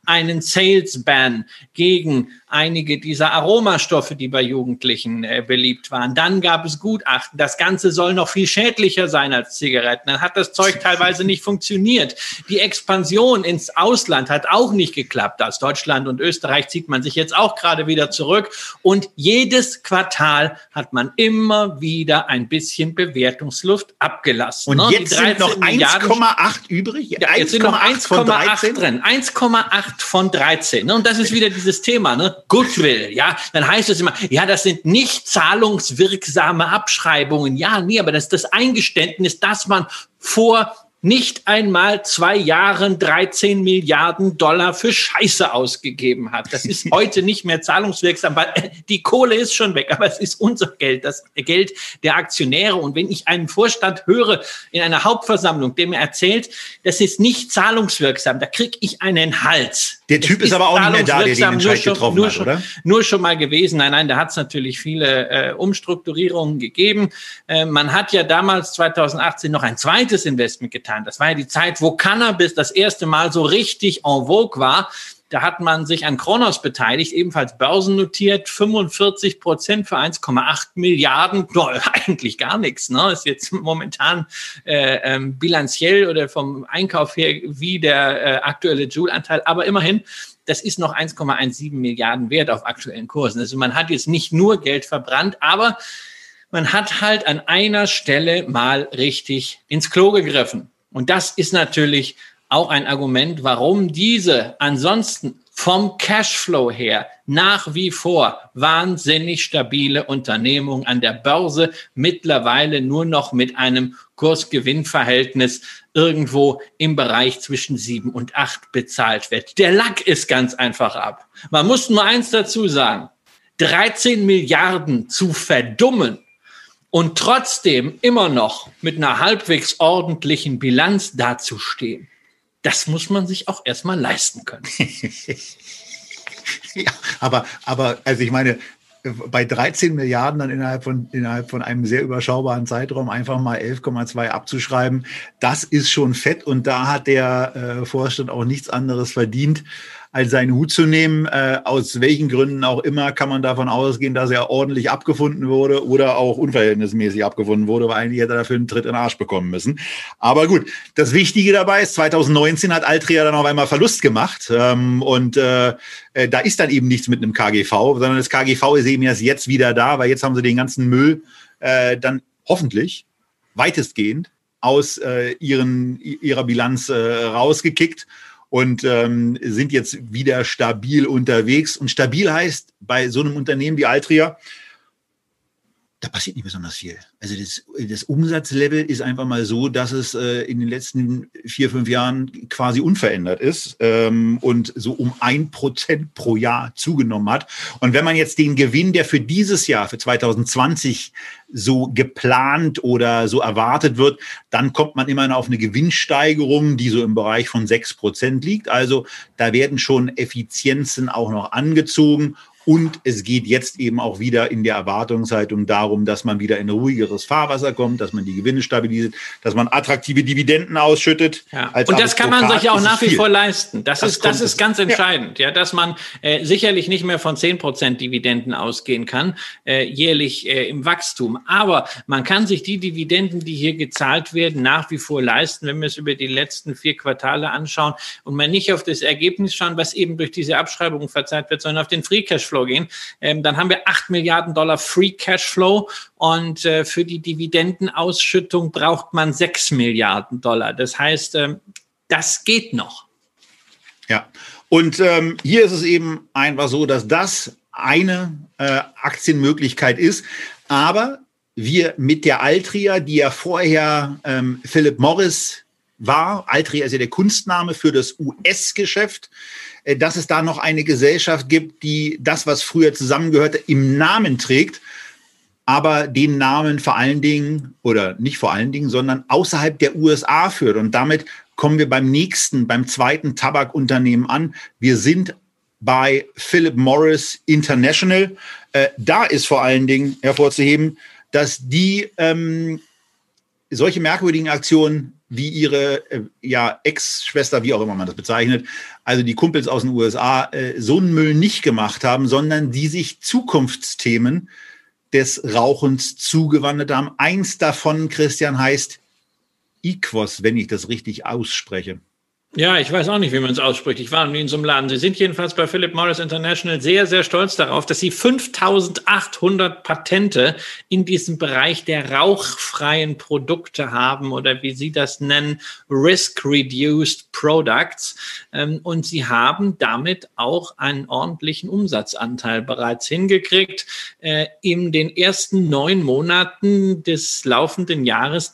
einen Sales-Ban gegen einige dieser Aromastoffe, die bei Jugendlichen beliebt waren. Dann gab es Gutachten. Das Ganze soll noch viel schädlicher sein als Zigaretten. Dann hat das Zeug teilweise nicht funktioniert. Die Expansion ins Ausland hat auch nicht geklappt. Aus Deutschland und Österreich zieht man sich jetzt auch gerade wieder zurück. Und jedes Quartal hat man immer wieder ein bisschen Bewertungsluft abgelassen. Und jetzt sind noch 1,8 übrig? Ja, jetzt sind noch 1,8 drin. 1,8 von 13. Und das ist wieder dieses Thema, ne? Goodwill, ja, dann heißt es immer, ja, das sind nicht zahlungswirksame Abschreibungen. Ja, nee, aber das ist das Eingeständnis, dass man vor nicht einmal 2 Jahren 13 Milliarden Dollar für Scheiße ausgegeben hat. Das ist heute nicht mehr zahlungswirksam, weil die Kohle ist schon weg, aber es ist unser Geld, das Geld der Aktionäre. Und wenn ich einen Vorstand höre in einer Hauptversammlung, der mir erzählt, das ist nicht zahlungswirksam, da kriege ich einen Hals. Der Typ ist aber auch nicht mehr da, der den Entscheid getroffen hat, oder? Nur schon mal gewesen. Nein, da hat es natürlich viele Umstrukturierungen gegeben. Man hat ja damals 2018 noch ein zweites Investment getan. Das war ja die Zeit, wo Cannabis das erste Mal so richtig en vogue war. Da hat man sich an Cronos beteiligt, ebenfalls börsennotiert, 45% für 1,8 Milliarden. No, eigentlich gar nichts, ne? Ist jetzt momentan bilanziell oder vom Einkauf her wie der aktuelle Joule-Anteil. Aber immerhin, das ist noch 1,17 Milliarden wert auf aktuellen Kursen. Also man hat jetzt nicht nur Geld verbrannt, aber man hat halt an einer Stelle mal richtig ins Klo gegriffen. Und das ist natürlich auch ein Argument, warum diese ansonsten vom Cashflow her nach wie vor wahnsinnig stabile Unternehmung an der Börse mittlerweile nur noch mit einem Kurs-Gewinn-Verhältnis irgendwo im Bereich zwischen 7 und 8 bezahlt wird. Der Lack ist ganz einfach ab. Man muss nur eins dazu sagen, 13 Milliarden zu verdummen und trotzdem immer noch mit einer halbwegs ordentlichen Bilanz dazustehen, das muss man sich auch erstmal leisten können. Ja, aber also ich meine, bei 13 Milliarden dann innerhalb von einem sehr überschaubaren Zeitraum einfach mal 11,2 abzuschreiben, das ist schon fett. Und da hat der Vorstand auch nichts anderes verdient, als seinen Hut zu nehmen. Aus welchen Gründen auch immer kann man davon ausgehen, dass er ordentlich abgefunden wurde oder auch unverhältnismäßig abgefunden wurde, weil eigentlich hätte er dafür einen Tritt in den Arsch bekommen müssen. Aber gut, das Wichtige dabei ist, 2019 hat Altria dann auf einmal Verlust gemacht und da ist dann eben nichts mit einem KGV, sondern das KGV ist eben erst jetzt wieder da, weil jetzt haben sie den ganzen Müll dann hoffentlich weitestgehend aus ihrer Bilanz rausgekickt und sind jetzt wieder stabil unterwegs. Und stabil heißt bei so einem Unternehmen wie Altria, da passiert nicht besonders viel. Also das Umsatzlevel ist einfach mal so, dass es in den letzten 4-5 Jahren quasi unverändert ist und so um 1% pro Jahr zugenommen hat. Und wenn man jetzt den Gewinn, der für dieses Jahr, für 2020 so geplant oder so erwartet wird, dann kommt man immerhin auf eine Gewinnsteigerung, die so im Bereich von 6% liegt. Also da werden schon Effizienzen auch noch angezogen. Und es geht jetzt eben auch wieder in der Erwartungshaltung darum, dass man wieder in ruhigeres Fahrwasser kommt, dass man die Gewinne stabilisiert, dass man attraktive Dividenden ausschüttet. Ja. Und das kann man sich auch nach wie vor leisten. Das ist ganz entscheidend, ja, dass man sicherlich nicht mehr von 10% Dividenden ausgehen kann, jährlich im Wachstum. Aber man kann sich die Dividenden, die hier gezahlt werden, nach wie vor leisten, wenn wir es über die letzten 4 Quartale anschauen und man nicht auf das Ergebnis schauen, was eben durch diese Abschreibung verzeiht wird, sondern auf den Free Cashflow gehen, dann haben wir 8 Milliarden Dollar Free Cashflow und für die Dividendenausschüttung braucht man 6 Milliarden Dollar. Das heißt, das geht noch. Ja, und hier ist es eben einfach so, dass das eine Aktienmöglichkeit ist, aber wir mit der Altria, die ja vorher Philip Morris war, Altria ist ja der Kunstname für das US-Geschäft, dass es da noch eine Gesellschaft gibt, die das, was früher zusammengehörte, im Namen trägt, aber den Namen vor allen Dingen, oder nicht vor allen Dingen, sondern außerhalb der USA führt. Und damit kommen wir beim zweiten Tabakunternehmen an. Wir sind bei Philip Morris International. Da ist vor allen Dingen hervorzuheben, dass die solche merkwürdigen Aktionen wie ihre Ex-Schwester, wie auch immer man das bezeichnet, also die Kumpels aus den USA, so einen Müll nicht gemacht haben, sondern die sich Zukunftsthemen des Rauchens zugewandt haben. Eins davon, Christian, heißt IQOS, wenn ich das richtig ausspreche. Ja, ich weiß auch nicht, wie man es ausspricht. Ich war noch nie in so einem Laden. Sie sind jedenfalls bei Philip Morris International sehr, sehr stolz darauf, dass sie 5.800 Patente in diesem Bereich der rauchfreien Produkte haben oder wie Sie das nennen, Risk-Reduced Products. Und sie haben damit auch einen ordentlichen Umsatzanteil bereits hingekriegt. In den ersten 9 Monaten des laufenden Jahres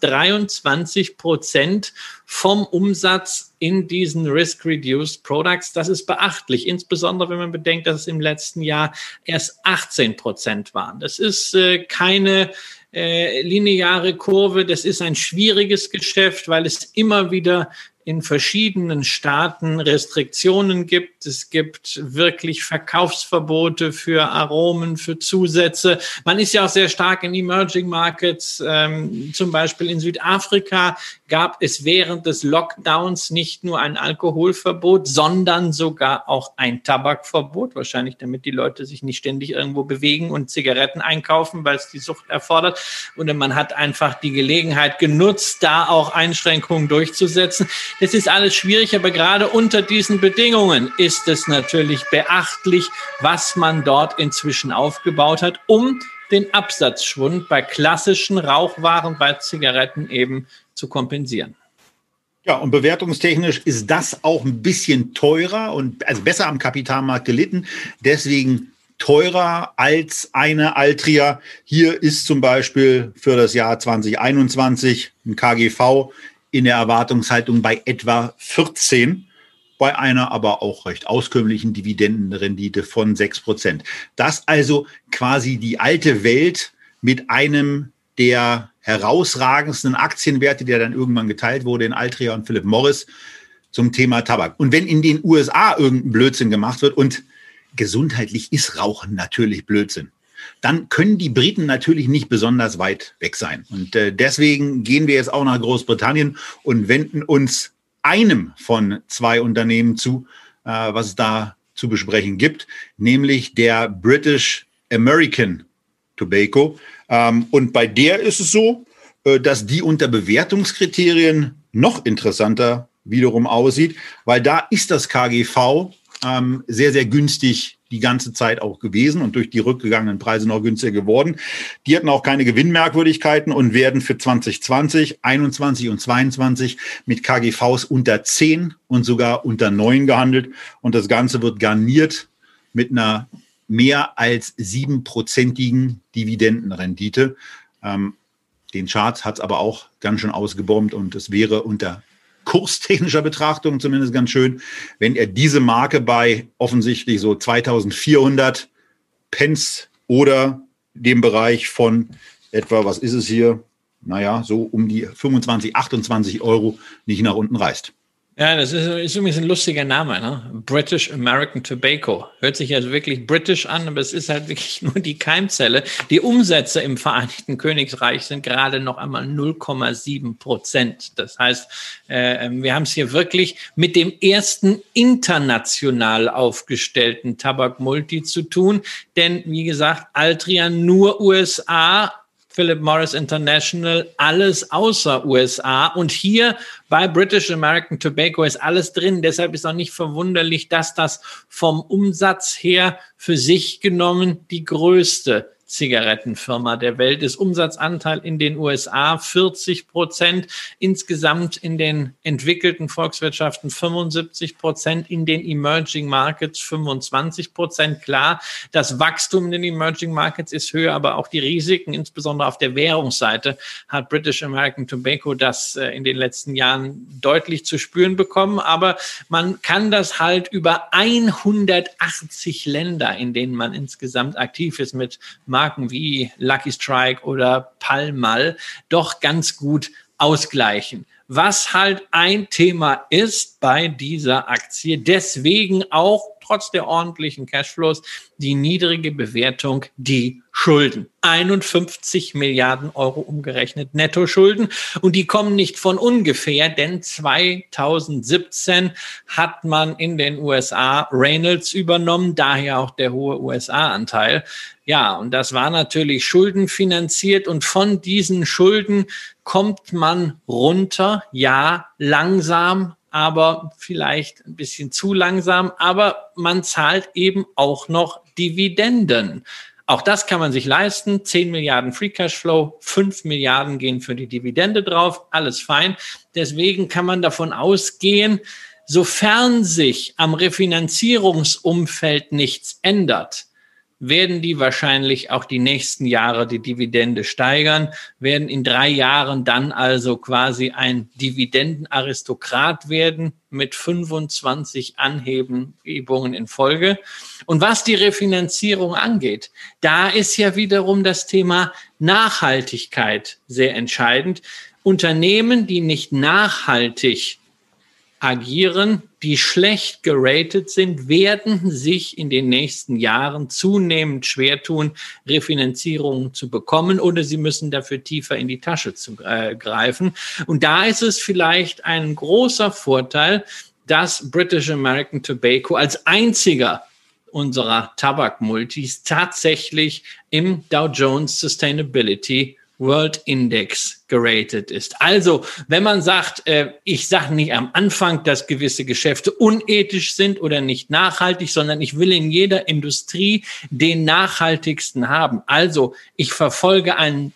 23% vom Umsatz in diesen Risk-Reduced Products. Das ist beachtlich, insbesondere wenn man bedenkt, dass es im letzten Jahr erst 18% waren. Das ist keine lineare Kurve, das ist ein schwieriges Geschäft, weil es immer wieder in verschiedenen Staaten Restriktionen gibt. Es gibt wirklich Verkaufsverbote für Aromen, für Zusätze. Man ist ja auch sehr stark in Emerging Markets. Zum Beispiel in Südafrika gab es während des Lockdowns nicht nur ein Alkoholverbot, sondern sogar auch ein Tabakverbot. Wahrscheinlich, damit die Leute sich nicht ständig irgendwo bewegen und Zigaretten einkaufen, weil es die Sucht erfordert. Oder man hat einfach die Gelegenheit genutzt, da auch Einschränkungen durchzusetzen. Das ist alles schwierig, aber gerade unter diesen Bedingungen ist es natürlich beachtlich, was man dort inzwischen aufgebaut hat, um den Absatzschwund bei klassischen Rauchwaren, bei Zigaretten eben zu kompensieren. Ja, und bewertungstechnisch ist das auch ein bisschen teurer und also besser am Kapitalmarkt gelitten. Deswegen teurer als eine Altria. Hier ist zum Beispiel für das Jahr 2021 ein KGV in der Erwartungshaltung bei etwa 14, bei einer aber auch recht auskömmlichen Dividendenrendite von 6%. Das also quasi die alte Welt mit einem der herausragendsten Aktienwerte, der dann irgendwann geteilt wurde in Altria und Philip Morris zum Thema Tabak. Und wenn in den USA irgendein Blödsinn gemacht wird, und gesundheitlich ist Rauchen natürlich Blödsinn, dann können die Briten natürlich nicht besonders weit weg sein. Und deswegen gehen wir jetzt auch nach Großbritannien und wenden uns einem von 2 Unternehmen zu, was es da zu besprechen gibt, nämlich der British American Tobacco. Und bei der ist es so, dass die unter Bewertungskriterien noch interessanter wiederum aussieht, weil da ist das KGV sehr, sehr günstig die ganze Zeit auch gewesen und durch die rückgegangenen Preise noch günstiger geworden. Die hatten auch keine Gewinnmerkwürdigkeiten und werden für 2020, 21 und 22 mit KGVs unter 10 und sogar unter 9 gehandelt. Und das Ganze wird garniert mit einer mehr als 7%igen Dividendenrendite. Den Chart hat es aber auch ganz schön ausgebombt und es wäre unter kurstechnischer Betrachtung zumindest ganz schön, wenn er diese Marke bei offensichtlich so 2400 Pence oder dem Bereich von etwa, was ist es hier, naja, so um die 25, 28 Euro nicht nach unten reißt. Ja, das ist übrigens ein lustiger Name, ne? British American Tobacco. Hört sich also wirklich britisch an, aber es ist halt wirklich nur die Keimzelle. Die Umsätze im Vereinigten Königreich sind gerade noch einmal 0,7%. Das heißt, wir haben es hier wirklich mit dem ersten international aufgestellten Tabakmulti zu tun. Denn, wie gesagt, Altria nur USA, Philip Morris International, alles außer USA. Und hier bei British American Tobacco ist alles drin. Deshalb ist auch nicht verwunderlich, dass das vom Umsatz her für sich genommen die größte Zigarettenfirma der Welt ist. Umsatzanteil in den USA 40%, insgesamt in den entwickelten Volkswirtschaften 75%, in den Emerging Markets 25%. Klar, das Wachstum in den Emerging Markets ist höher, aber auch die Risiken, insbesondere auf der Währungsseite, hat British American Tobacco das in den letzten Jahren deutlich zu spüren bekommen. Aber man kann das halt über 180 Länder, in denen man insgesamt aktiv ist, mit Marken wie Lucky Strike oder Pall Mall doch ganz gut ausgleichen. Was halt ein Thema ist bei dieser Aktie, deswegen auch trotz der ordentlichen Cashflows, die niedrige Bewertung, die Schulden. 51 Milliarden Euro umgerechnet Nettoschulden. Und die kommen nicht von ungefähr, denn 2017 hat man in den USA Reynolds übernommen, daher auch der hohe USA-Anteil. Ja, und das war natürlich schuldenfinanziert und von diesen Schulden kommt man runter, ja, langsam, aber vielleicht ein bisschen zu langsam, aber man zahlt eben auch noch Dividenden. Auch das kann man sich leisten. 10 Milliarden Free Cashflow, 5 Milliarden gehen für die Dividende drauf. Alles fein. Deswegen kann man davon ausgehen, sofern sich am Refinanzierungsumfeld nichts ändert, werden die wahrscheinlich auch die nächsten Jahre die Dividende steigern, werden in 3 Jahren dann also quasi ein Dividendenaristokrat werden mit 25 Anhebungen in Folge. Und was die Refinanzierung angeht, da ist ja wiederum das Thema Nachhaltigkeit sehr entscheidend. Unternehmen, die nicht nachhaltig agieren, die schlecht geratet sind, werden sich in den nächsten Jahren zunehmend schwer tun, Refinanzierungen zu bekommen oder sie müssen dafür tiefer in die Tasche greifen. Und da ist es vielleicht ein großer Vorteil, dass British American Tobacco als einziger unserer Tabakmultis tatsächlich im Dow Jones Sustainability World Index geratet ist. Also, wenn man sagt, ich sage nicht am Anfang, dass gewisse Geschäfte unethisch sind oder nicht nachhaltig, sondern ich will in jeder Industrie den nachhaltigsten haben. Also, ich verfolge einen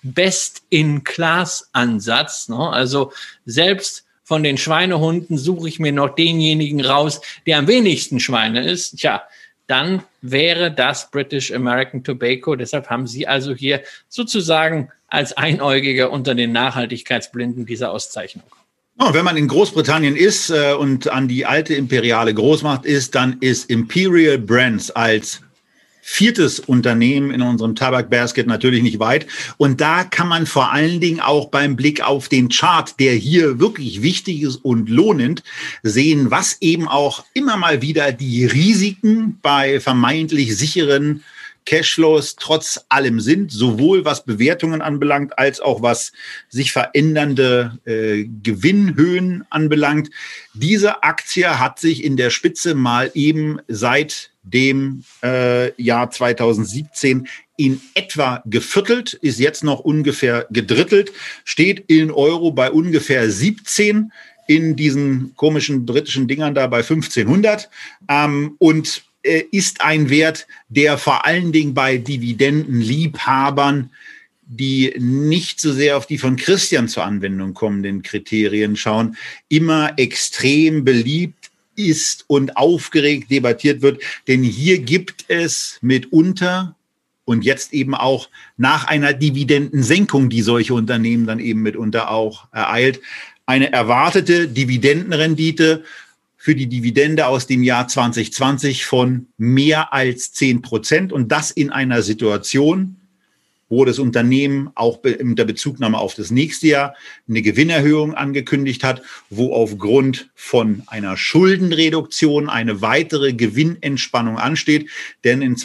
Best-in-Class-Ansatz. Ne? Also, selbst von den Schweinehunden suche ich mir noch denjenigen raus, der am wenigsten Schweine ist. Tja, dann wäre das British American Tobacco. Deshalb haben Sie also hier sozusagen als Einäugiger unter den Nachhaltigkeitsblinden diese Auszeichnung. Oh, wenn man in Großbritannien ist und an die alte imperiale Großmacht ist, dann ist Imperial Brands als 4. Unternehmen in unserem Tabak-Basket natürlich nicht weit. Und da kann man vor allen Dingen auch beim Blick auf den Chart, der hier wirklich wichtig ist und lohnend, sehen, was eben auch immer mal wieder die Risiken bei vermeintlich sicheren Cashflows trotz allem sind, sowohl was Bewertungen anbelangt, als auch was sich verändernde Gewinnhöhen anbelangt. Diese Aktie hat sich in der Spitze mal eben seit dem Jahr 2017 in etwa geviertelt, ist jetzt noch ungefähr gedrittelt, steht in Euro bei ungefähr 17, in diesen komischen britischen Dingern da bei 1500 und ist ein Wert, der vor allen Dingen bei Dividendenliebhabern, die nicht so sehr auf die von Christian zur Anwendung kommenden Kriterien schauen, immer extrem beliebt ist und aufgeregt debattiert wird. Denn hier gibt es mitunter und jetzt eben auch nach einer Dividendensenkung, die solche Unternehmen dann eben mitunter auch ereilt, eine erwartete Dividendenrendite für die Dividende aus dem Jahr 2020 von mehr als 10% und das in einer Situation, wo das Unternehmen auch unter Bezugnahme auf das nächste Jahr eine Gewinnerhöhung angekündigt hat, wo aufgrund von einer Schuldenreduktion eine weitere Gewinnentspannung ansteht. Denn in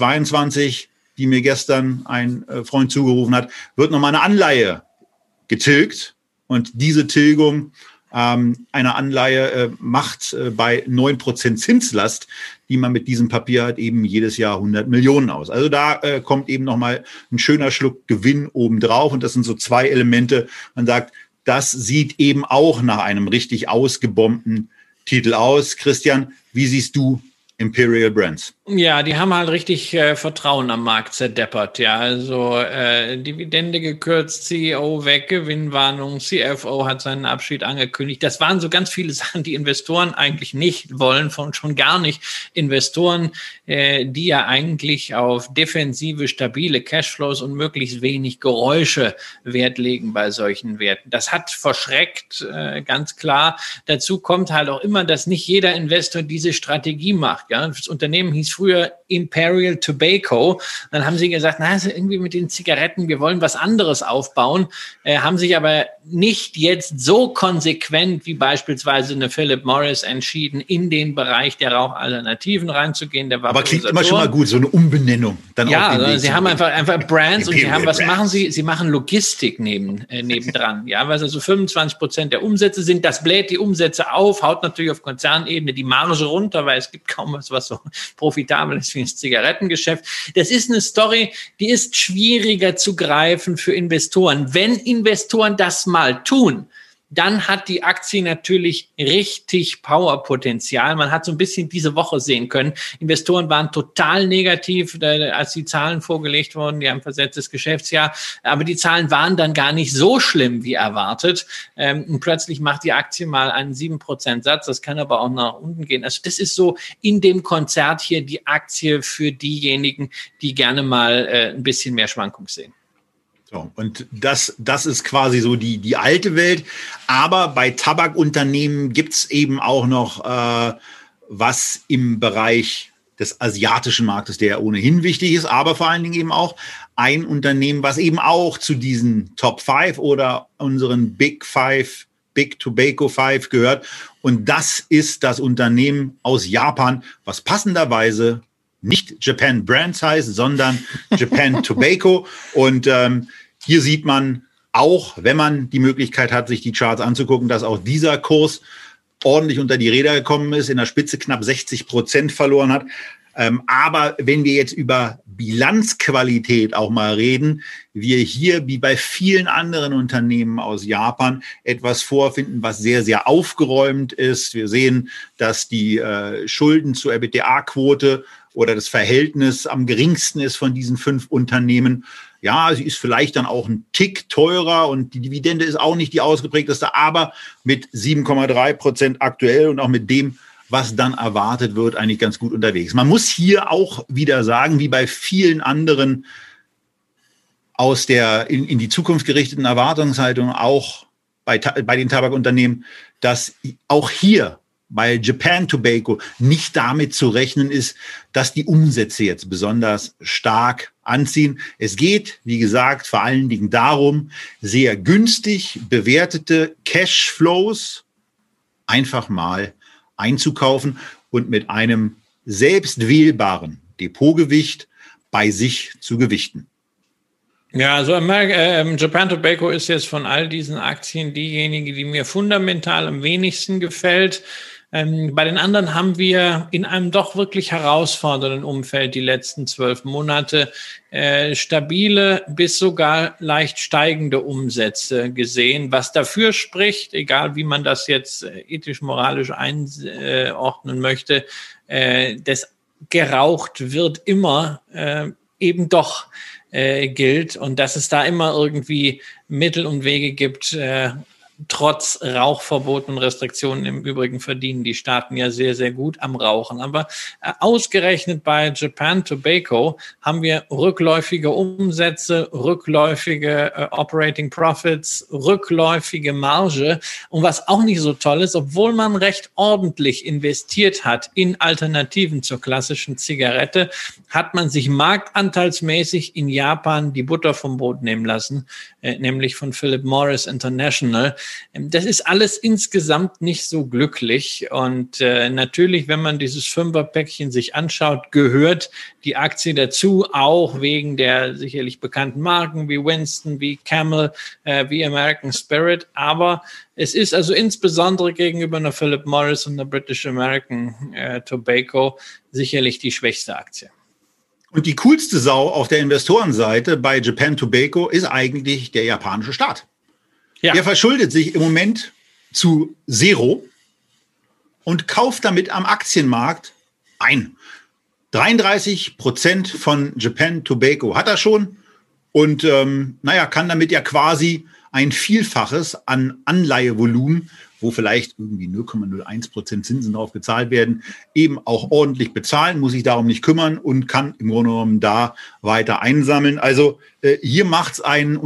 2022, die mir gestern ein Freund zugerufen hat, wird nochmal eine Anleihe getilgt und diese Tilgung eine Anleihe macht bei 9% Zinslast, die man mit diesem Papier hat, eben jedes Jahr 100 Millionen aus. Also da kommt eben nochmal ein schöner Schluck Gewinn obendrauf. Und das sind so 2 Elemente. Man sagt, das sieht eben auch nach einem richtig ausgebombten Titel aus. Christian, wie siehst du Imperial Brands? Ja, die haben halt richtig Vertrauen am Markt zerdeppert. Ja, also Dividende gekürzt, CEO weg, Gewinnwarnung, CFO hat seinen Abschied angekündigt. Das waren so ganz viele Sachen, die Investoren eigentlich nicht wollen, schon gar nicht Investoren, die ja eigentlich auf defensive, stabile Cashflows und möglichst wenig Geräusche Wert legen bei solchen Werten. Das hat verschreckt, ganz klar. Dazu kommt halt auch immer, dass nicht jeder Investor diese Strategie macht. Ja, das Unternehmen hieß früher Imperial Tobacco. Dann haben sie gesagt, na, also irgendwie mit den Zigaretten, wir wollen was anderes aufbauen, haben sich aber nicht jetzt so konsequent wie beispielsweise eine Philip Morris entschieden, in den Bereich der Rauchalternativen reinzugehen. Aber klingt immer schon mal gut, so eine Umbenennung. Dann ja, also sie haben einfach Brands und sie haben, was machen sie? Sie machen Logistik nebendran. Ja, weil also 25% der Umsätze sind, das bläht die Umsätze auf, haut natürlich auf Konzernebene die Marge runter, weil es gibt kaum was so profitabel ist wie das Zigarettengeschäft. Das ist eine Story, die ist schwieriger zu greifen für Investoren. Wenn Investoren das mal tun, dann hat die Aktie natürlich richtig Powerpotenzial. Man hat so ein bisschen diese Woche sehen können. Investoren waren total negativ, als die Zahlen vorgelegt wurden. Die haben versetztes Geschäftsjahr. Aber die Zahlen waren dann gar nicht so schlimm wie erwartet. Und plötzlich macht die Aktie mal einen 7% Satz. Das kann aber auch nach unten gehen. Also das ist so in dem Konzert hier die Aktie für diejenigen, die gerne mal ein bisschen mehr Schwankung sehen. So, und das ist quasi so die alte Welt. Aber bei Tabakunternehmen gibt's eben auch noch was im Bereich des asiatischen Marktes, der ohnehin wichtig ist, aber vor allen Dingen eben auch ein Unternehmen, was eben auch zu diesen Top 5 oder unseren Big Tobacco 5 gehört. Und das ist das Unternehmen aus Japan, was passenderweise nicht Japan Brands heißt, sondern Japan Tobacco. Und hier sieht man auch, wenn man die Möglichkeit hat, sich die Charts anzugucken, dass auch dieser Kurs ordentlich unter die Räder gekommen ist, in der Spitze knapp 60% verloren hat. Aber wenn wir jetzt über Bilanzqualität auch mal reden, wir hier wie bei vielen anderen Unternehmen aus Japan etwas vorfinden, was sehr, sehr aufgeräumt ist. Wir sehen, dass die Schulden zur EBITDA-Quote oder das Verhältnis am geringsten ist von diesen 5 Unternehmen. Ja, sie ist vielleicht dann auch ein Tick teurer und die Dividende ist auch nicht die ausgeprägteste, aber mit 7,3% aktuell und auch mit dem, was dann erwartet wird, eigentlich ganz gut unterwegs. Man muss hier auch wieder sagen, wie bei vielen anderen aus der in die Zukunft gerichteten Erwartungshaltung, auch bei den Tabakunternehmen, dass auch hier bei Japan Tobacco nicht damit zu rechnen ist, dass die Umsätze jetzt besonders stark anziehen. Es geht, wie gesagt, vor allen Dingen darum, sehr günstig bewertete Cashflows einfach mal einzukaufen und mit einem selbst wählbaren Depotgewicht bei sich zu gewichten. Ja, also Japan Tobacco ist jetzt von all diesen Aktien diejenige, die mir fundamental am wenigsten gefällt. Bei den anderen haben wir in einem doch wirklich herausfordernden Umfeld die letzten 12 Monate stabile bis sogar leicht steigende Umsätze gesehen, was dafür spricht, egal wie man das jetzt ethisch-moralisch einordnen möchte, das geraucht wird immer eben doch gilt und dass es da immer irgendwie Mittel und Wege gibt, trotz Rauchverboten und Restriktionen. Im Übrigen verdienen die Staaten ja sehr, sehr gut am Rauchen. Aber ausgerechnet bei Japan Tobacco haben wir rückläufige Umsätze, rückläufige Operating Profits, rückläufige Marge. Und was auch nicht so toll ist, obwohl man recht ordentlich investiert hat in Alternativen zur klassischen Zigarette, hat man sich marktanteilsmäßig in Japan die Butter vom Brot nehmen lassen, nämlich von Philip Morris International. Das ist alles insgesamt nicht so glücklich und natürlich, wenn man dieses Fünferpäckchen sich anschaut, gehört die Aktie dazu, auch wegen der sicherlich bekannten Marken wie Winston, wie Camel, wie American Spirit, aber es ist also insbesondere gegenüber einer Philip Morris und einer British American Tobacco sicherlich die schwächste Aktie. Und die coolste Sau auf der Investorenseite bei Japan Tobacco ist eigentlich der japanische Staat. Ja. Der verschuldet sich im Moment zu 0 und kauft damit am Aktienmarkt ein. 33% von Japan Tobacco hat er schon und kann damit ja quasi ein Vielfaches an Anleihevolumen, wo vielleicht irgendwie 0,01% Zinsen drauf gezahlt werden, eben auch ordentlich bezahlen, muss sich darum nicht kümmern und kann im Grunde genommen da weiter einsammeln. Also hier macht es eine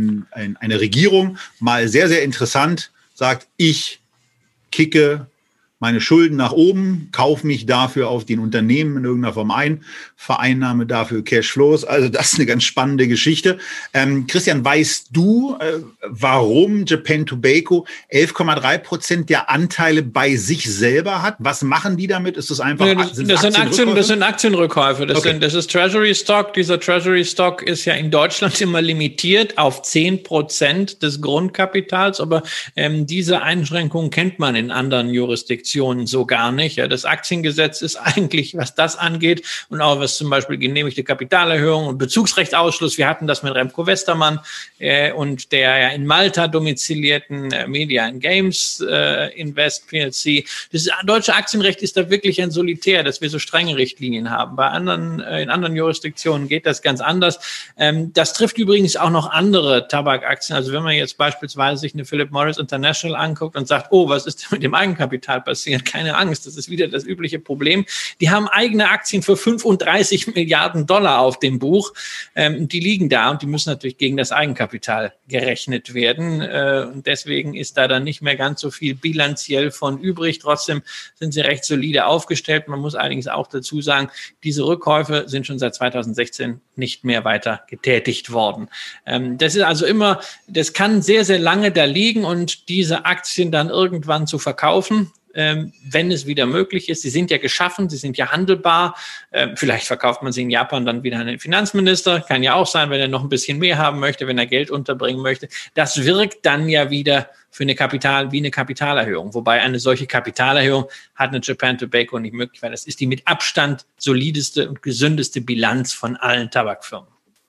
Regierung mal sehr, sehr interessant, sagt, ich kicke meine Schulden nach oben, kaufe mich dafür auf den Unternehmen in irgendeiner Form ein, vereinnahme dafür Cashflows. Also das ist eine ganz spannende Geschichte. Christian, weißt du, warum Japan Tobacco 11,3% der Anteile bei sich selber hat? Was machen die damit? Ist das einfach das sind Aktienrückkäufe. Das ist Treasury Stock. Dieser Treasury Stock ist ja in Deutschland immer limitiert auf 10% des Grundkapitals, aber diese Einschränkungen kennt man in anderen Jurisdiktionen so gar nicht. Ja, das Aktiengesetz ist eigentlich, was das angeht und auch was zum Beispiel genehmigte Kapitalerhöhung und Bezugsrechtsausschluss. Wir hatten das mit Remco Westermann und der ja in Malta domizilierten Media & Games Invest PLC. Das deutsche Aktienrecht ist da wirklich ein Solitär, dass wir so strenge Richtlinien haben. In anderen Jurisdiktionen geht das ganz anders. Das trifft übrigens auch noch andere Tabakaktien. Also wenn man jetzt beispielsweise sich eine Philip Morris International anguckt und sagt, oh, was ist denn mit dem Eigenkapital passiert? Keine Angst, das ist wieder das übliche Problem. Die haben eigene Aktien für 35 Milliarden Dollar auf dem Buch. Die liegen da und die müssen natürlich gegen das Eigenkapital gerechnet werden. Und deswegen ist da dann nicht mehr ganz so viel bilanziell von übrig. Trotzdem sind sie recht solide aufgestellt. Man muss allerdings auch dazu sagen, diese Rückkäufe sind schon seit 2016 nicht mehr weiter getätigt worden. Das ist also immer, das kann sehr, sehr lange da liegen und diese Aktien dann irgendwann zu verkaufen, wenn es wieder möglich ist. Sie sind ja geschaffen, sie sind ja handelbar. Vielleicht verkauft man sie in Japan dann wieder an den Finanzminister. Kann ja auch sein, wenn er noch ein bisschen mehr haben möchte, wenn er Geld unterbringen möchte. Das wirkt dann ja wieder für eine Kapitalerhöhung. Wobei eine solche Kapitalerhöhung hat eine Japan Tobacco nicht möglich, weil das ist die mit Abstand solideste und gesündeste Bilanz von allen Tabakfirmen.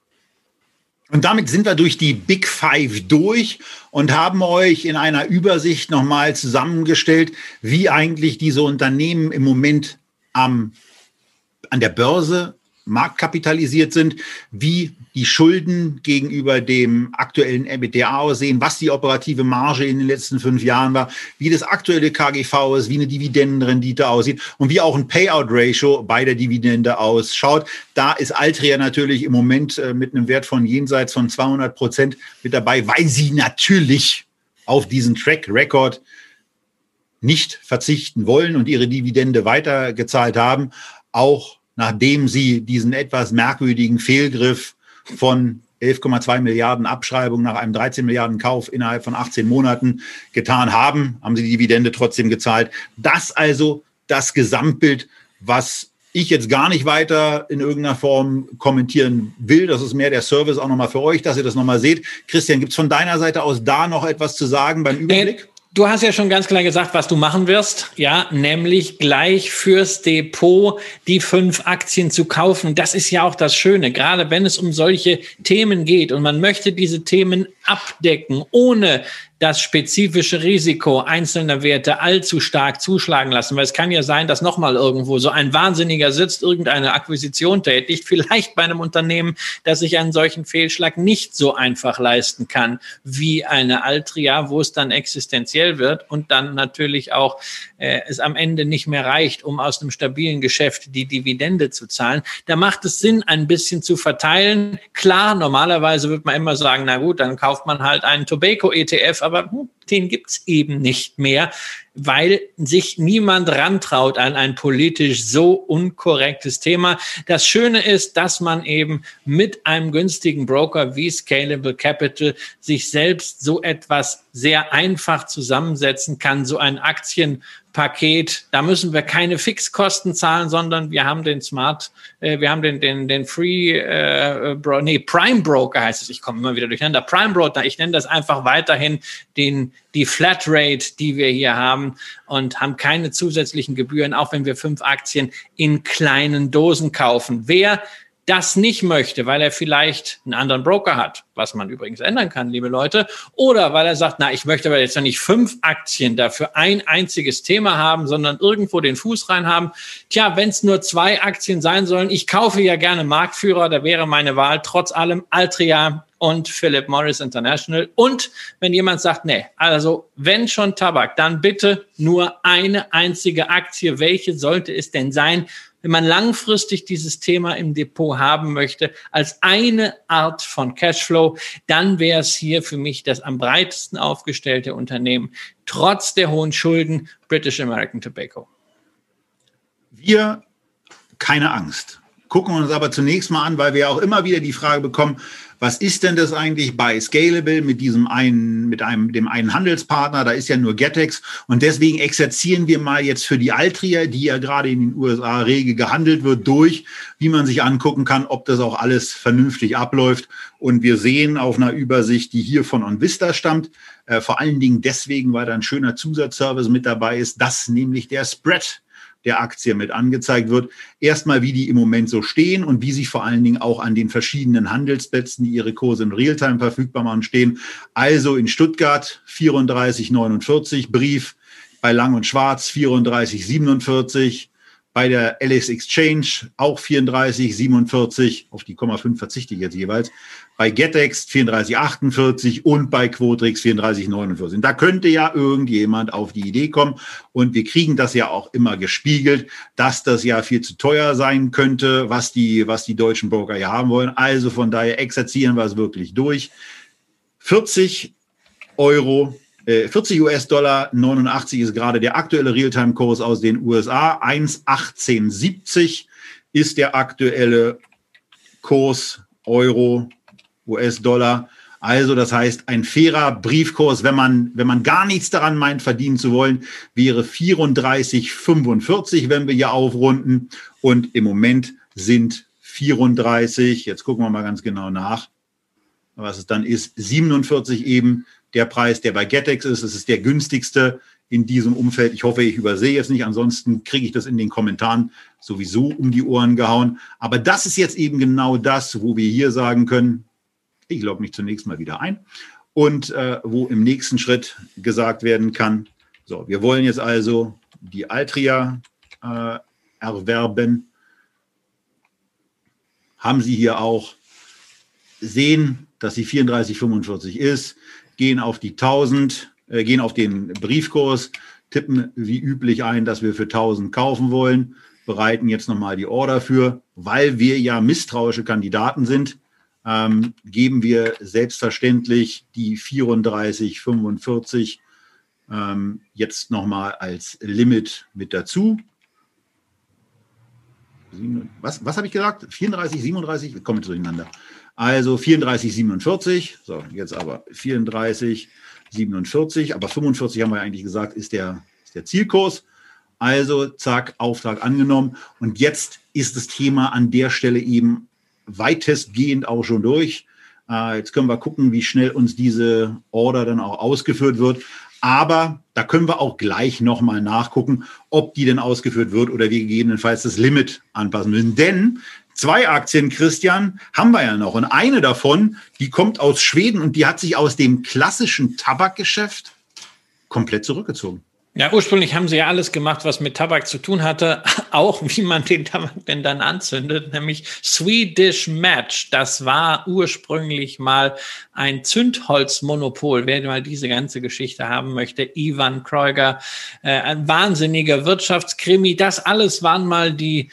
Und damit sind wir durch die Big Five durch und haben euch in einer Übersicht nochmal zusammengestellt, wie eigentlich diese Unternehmen im Moment an der Börse marktkapitalisiert sind, wie die Schulden gegenüber dem aktuellen EBITDA aussehen, was die operative Marge in den letzten 5 Jahren war, wie das aktuelle KGV ist, wie eine Dividendenrendite aussieht und wie auch ein Payout-Ratio bei der Dividende ausschaut. Da ist Altria natürlich im Moment mit einem Wert von jenseits von 200% mit dabei, weil sie natürlich auf diesen Track Record nicht verzichten wollen und ihre Dividende weitergezahlt haben, auch nachdem sie diesen etwas merkwürdigen Fehlgriff von 11,2 Milliarden Abschreibung nach einem 13 Milliarden Kauf innerhalb von 18 Monaten getan haben, haben sie die Dividende trotzdem gezahlt. Das also das Gesamtbild, was ich jetzt gar nicht weiter in irgendeiner Form kommentieren will. Das ist mehr der Service auch nochmal für euch, dass ihr das nochmal seht. Christian, gibt es von deiner Seite aus da noch etwas zu sagen beim Überblick? Du hast ja schon ganz klar gesagt, was du machen wirst, ja, nämlich gleich fürs Depot die 5 Aktien zu kaufen. Das ist ja auch das Schöne, gerade wenn es um solche Themen geht und man möchte diese Themen abdecken, ohne das spezifische Risiko einzelner Werte allzu stark zuschlagen lassen. Weil es kann ja sein, dass nochmal irgendwo so ein Wahnsinniger sitzt, irgendeine Akquisition tätigt, vielleicht bei einem Unternehmen, das sich einen solchen Fehlschlag nicht so einfach leisten kann wie eine Altria, wo es dann existenziell wird und dann natürlich auch es am Ende nicht mehr reicht, um aus einem stabilen Geschäft die Dividende zu zahlen. Da macht es Sinn, ein bisschen zu verteilen. Klar, normalerweise wird man immer sagen, na gut, dann kauft man halt einen Tobacco-ETF, aber den gibt's eben nicht mehr, weil sich niemand rantraut an ein politisch so unkorrektes Thema. Das Schöne ist, dass man eben mit einem günstigen Broker wie Scalable Capital sich selbst so etwas sehr einfach zusammensetzen kann, so ein Aktienpaket. Da müssen wir keine Fixkosten zahlen, sondern wir haben den Prime Broker heißt es. Ich komme immer wieder durcheinander. Prime Broker. Ich nenne das einfach weiterhin die Flatrate, die wir hier haben und haben keine zusätzlichen Gebühren, auch wenn wir 5 Aktien in kleinen Dosen kaufen. Wer das nicht möchte, weil er vielleicht einen anderen Broker hat, was man übrigens ändern kann, liebe Leute, oder weil er sagt, na, ich möchte aber jetzt noch nicht 5 Aktien dafür ein einziges Thema haben, sondern irgendwo den Fuß rein haben. Tja, wenn es nur 2 Aktien sein sollen, ich kaufe ja gerne Marktführer, da wäre meine Wahl trotz allem Altria und Philip Morris International. Und wenn jemand sagt, nee, also wenn schon Tabak, dann bitte nur eine einzige Aktie. Welche sollte es denn sein? wenn man langfristig dieses Thema im Depot haben möchte, als eine Art von Cashflow, dann wäre es hier für mich das am breitesten aufgestellte Unternehmen, trotz der hohen Schulden, British American Tobacco. Wir, keine Angst. Gucken uns aber zunächst mal an, weil wir auch immer wieder die Frage bekommen, was ist denn das eigentlich bei Scalable mit dem einen Handelspartner? Da ist ja nur Getex. Und deswegen exerzieren wir mal jetzt für die Altria, die ja gerade in den USA rege gehandelt wird, durch, wie man sich angucken kann, ob das auch alles vernünftig abläuft. Und wir sehen auf einer Übersicht, die hier von OnVista stammt, vor allen Dingen deswegen, weil da ein schöner Zusatzservice mit dabei ist, dass nämlich der Spread der Aktie mit angezeigt wird. Erstmal, wie die im Moment so stehen und wie sie vor allen Dingen auch an den verschiedenen Handelsplätzen, die ihre Kurse in Realtime verfügbar machen, stehen. Also in Stuttgart 34,49 Brief, bei Lang und Schwarz 34,47, bei der LS Exchange auch 34,47, auf die 0,5 verzichte ich jetzt jeweils, bei Getex 34,48 und bei Quotrix 34,49. Da könnte ja irgendjemand auf die Idee kommen und wir kriegen das ja auch immer gespiegelt, dass das ja viel zu teuer sein könnte, was die deutschen Broker hier haben wollen. Also von daher exerzieren wir es wirklich durch. 40 US-Dollar 89 ist gerade der aktuelle Realtime-Kurs aus den USA. 1,1870 ist der aktuelle Kurs Euro, US-Dollar. Also das heißt, ein fairer Briefkurs, wenn man gar nichts daran meint, verdienen zu wollen, wäre 34,45, wenn wir hier aufrunden. Und im Moment sind 34, jetzt gucken wir mal ganz genau nach, was es dann ist, 47 eben der Preis, der bei Getex ist. Es ist der günstigste in diesem Umfeld. Ich hoffe, ich übersehe jetzt nicht. Ansonsten kriege ich das in den Kommentaren sowieso um die Ohren gehauen. Aber das ist jetzt eben genau das, wo wir hier sagen können, ich logge mich zunächst mal wieder ein und wo im nächsten Schritt gesagt werden kann, so, wir wollen jetzt also die Altria erwerben. Haben Sie hier auch sehen, dass sie 34,45 ist, gehen auf die 1000, gehen auf den Briefkurs, tippen wie üblich ein, dass wir für 1000 kaufen wollen, bereiten jetzt nochmal die Order für, weil wir ja misstrauische Kandidaten sind, geben wir selbstverständlich die 34,45 jetzt nochmal als Limit mit dazu. Was habe ich gesagt? 34, 37? Wir kommen jetzt durcheinander. Also 34,47. So, jetzt aber 34,47. Aber 45 haben wir eigentlich gesagt, ist der Zielkurs. Also zack, Auftrag angenommen. Und jetzt ist das Thema an der Stelle eben weitestgehend auch schon durch. Jetzt können wir gucken, wie schnell uns diese Order dann auch ausgeführt wird. Aber da können wir auch gleich nochmal nachgucken, ob die denn ausgeführt wird oder wir gegebenenfalls das Limit anpassen müssen. Denn 2 Aktien, Christian, haben wir ja noch. Und eine davon, die kommt aus Schweden und die hat sich aus dem klassischen Tabakgeschäft komplett zurückgezogen. Ja, ursprünglich haben sie ja alles gemacht, was mit Tabak zu tun hatte, auch wie man den Tabak denn dann anzündet, nämlich Swedish Match. Das war ursprünglich mal ein Zündholzmonopol. Wer mal diese ganze Geschichte haben möchte, Ivan Kreuger, ein wahnsinniger Wirtschaftskrimi. Das alles waren mal die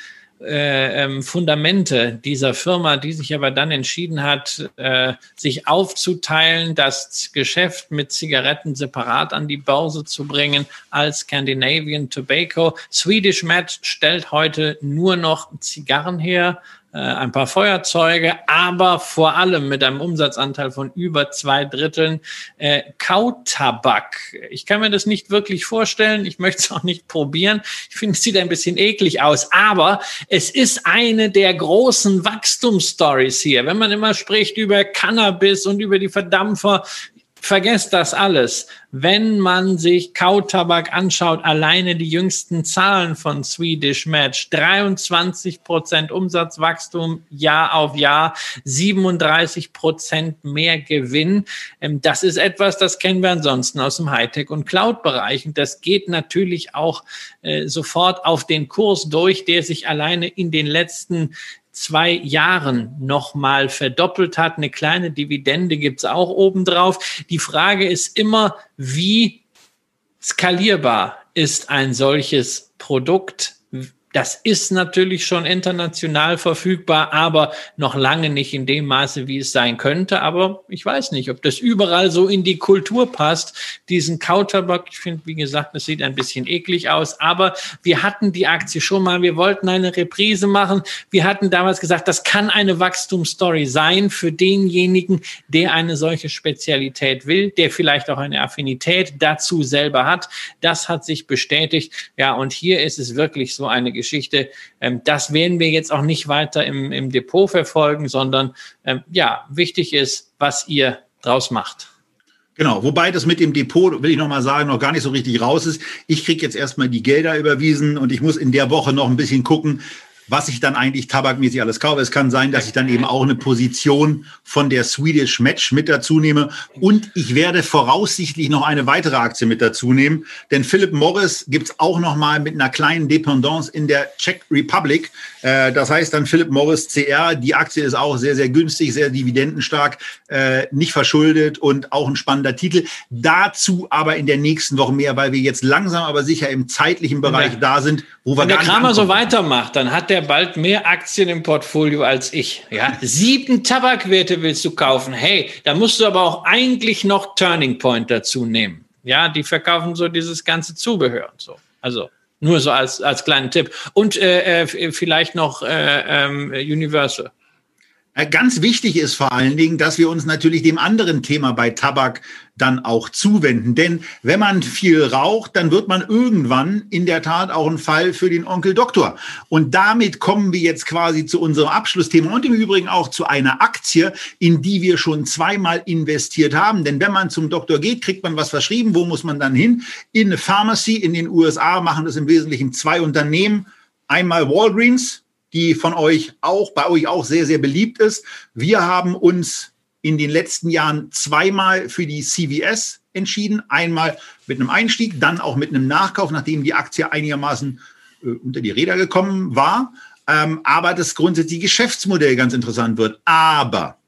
Fundamente dieser Firma, die sich aber dann entschieden hat, sich aufzuteilen, das Geschäft mit Zigaretten separat an die Börse zu bringen als Scandinavian Tobacco. Swedish Match stellt heute nur noch Zigarren her, ein paar Feuerzeuge, aber vor allem mit einem Umsatzanteil von über 2/3 Kautabak. Ich kann mir das nicht wirklich vorstellen. Ich möchte es auch nicht probieren. Ich finde, es sieht ein bisschen eklig aus, aber es ist eine der großen Wachstumsstories hier. Wenn man immer spricht über Cannabis und über die Verdampfer, vergesst das alles. Wenn man sich Kautabak anschaut, alleine die jüngsten Zahlen von Swedish Match, 23% Umsatzwachstum Jahr auf Jahr, 37% mehr Gewinn. Das ist etwas, das kennen wir ansonsten aus dem Hightech- und Cloud-Bereich. Und das geht natürlich auch sofort auf den Kurs durch, der sich alleine in den letzten 2 Jahren nochmal verdoppelt hat. Eine kleine Dividende gibt's auch obendrauf. Die Frage ist immer, wie skalierbar ist ein solches Produkt? Das ist natürlich schon international verfügbar, aber noch lange nicht in dem Maße, wie es sein könnte. Aber ich weiß nicht, ob das überall so in die Kultur passt. Diesen Kautabak, ich finde, wie gesagt, es sieht ein bisschen eklig aus. Aber wir hatten die Aktie schon mal. Wir wollten eine Reprise machen. Wir hatten damals gesagt, das kann eine Wachstumsstory sein für denjenigen, der eine solche Spezialität will, der vielleicht auch eine Affinität dazu selber hat. Das hat sich bestätigt. Ja, und hier ist es wirklich so eine Geschichte. Das werden wir jetzt auch nicht weiter im Depot verfolgen, sondern wichtig ist, was ihr draus macht. Genau, wobei das mit dem Depot, will ich nochmal sagen, noch gar nicht so richtig raus ist. Ich kriege jetzt erstmal die Gelder überwiesen und ich muss in der Woche noch ein bisschen gucken, was ich dann eigentlich tabakmäßig alles kaufe. Es kann sein, dass ich dann eben auch eine Position von der Swedish Match mit dazu nehme. Und ich werde voraussichtlich noch eine weitere Aktie mit dazu nehmen. Denn Philip Morris gibt's auch noch mal mit einer kleinen Dependance in der Czech Republic. Das heißt dann Philip Morris CR. Die Aktie ist auch sehr, sehr günstig, sehr dividendenstark, nicht verschuldet und auch ein spannender Titel. Dazu aber in der nächsten Woche mehr, weil wir jetzt langsam aber sicher im zeitlichen Bereich da sind, wo wir wenn der Kramer so weitermacht, dann hat der bald mehr Aktien im Portfolio als ich. Ja, 7 Tabakwerte willst du kaufen. Hey, da musst du aber auch eigentlich noch Turning Point dazu nehmen. Ja, die verkaufen so dieses ganze Zubehör und so. Also nur so als kleinen Tipp. Und vielleicht noch Universal. Ganz wichtig ist vor allen Dingen, dass wir uns natürlich dem anderen Thema bei Tabak dann auch zuwenden. Denn wenn man viel raucht, dann wird man irgendwann in der Tat auch ein Fall für den Onkel Doktor. Und damit kommen wir jetzt quasi zu unserem Abschlussthema und im Übrigen auch zu einer Aktie, in die wir schon zweimal investiert haben. Denn wenn man zum Doktor geht, kriegt man was verschrieben. Wo muss man dann hin? In eine Pharmacy in den USA machen das im Wesentlichen 2 Unternehmen. Einmal Walgreens, die bei euch auch sehr, sehr beliebt ist. Wir haben uns in den letzten Jahren zweimal für die CVS entschieden. Einmal mit einem Einstieg, dann auch mit einem Nachkauf, nachdem die Aktie einigermaßen unter die Räder gekommen war. Aber das grundsätzliche Geschäftsmodell ganz interessant wird. Aber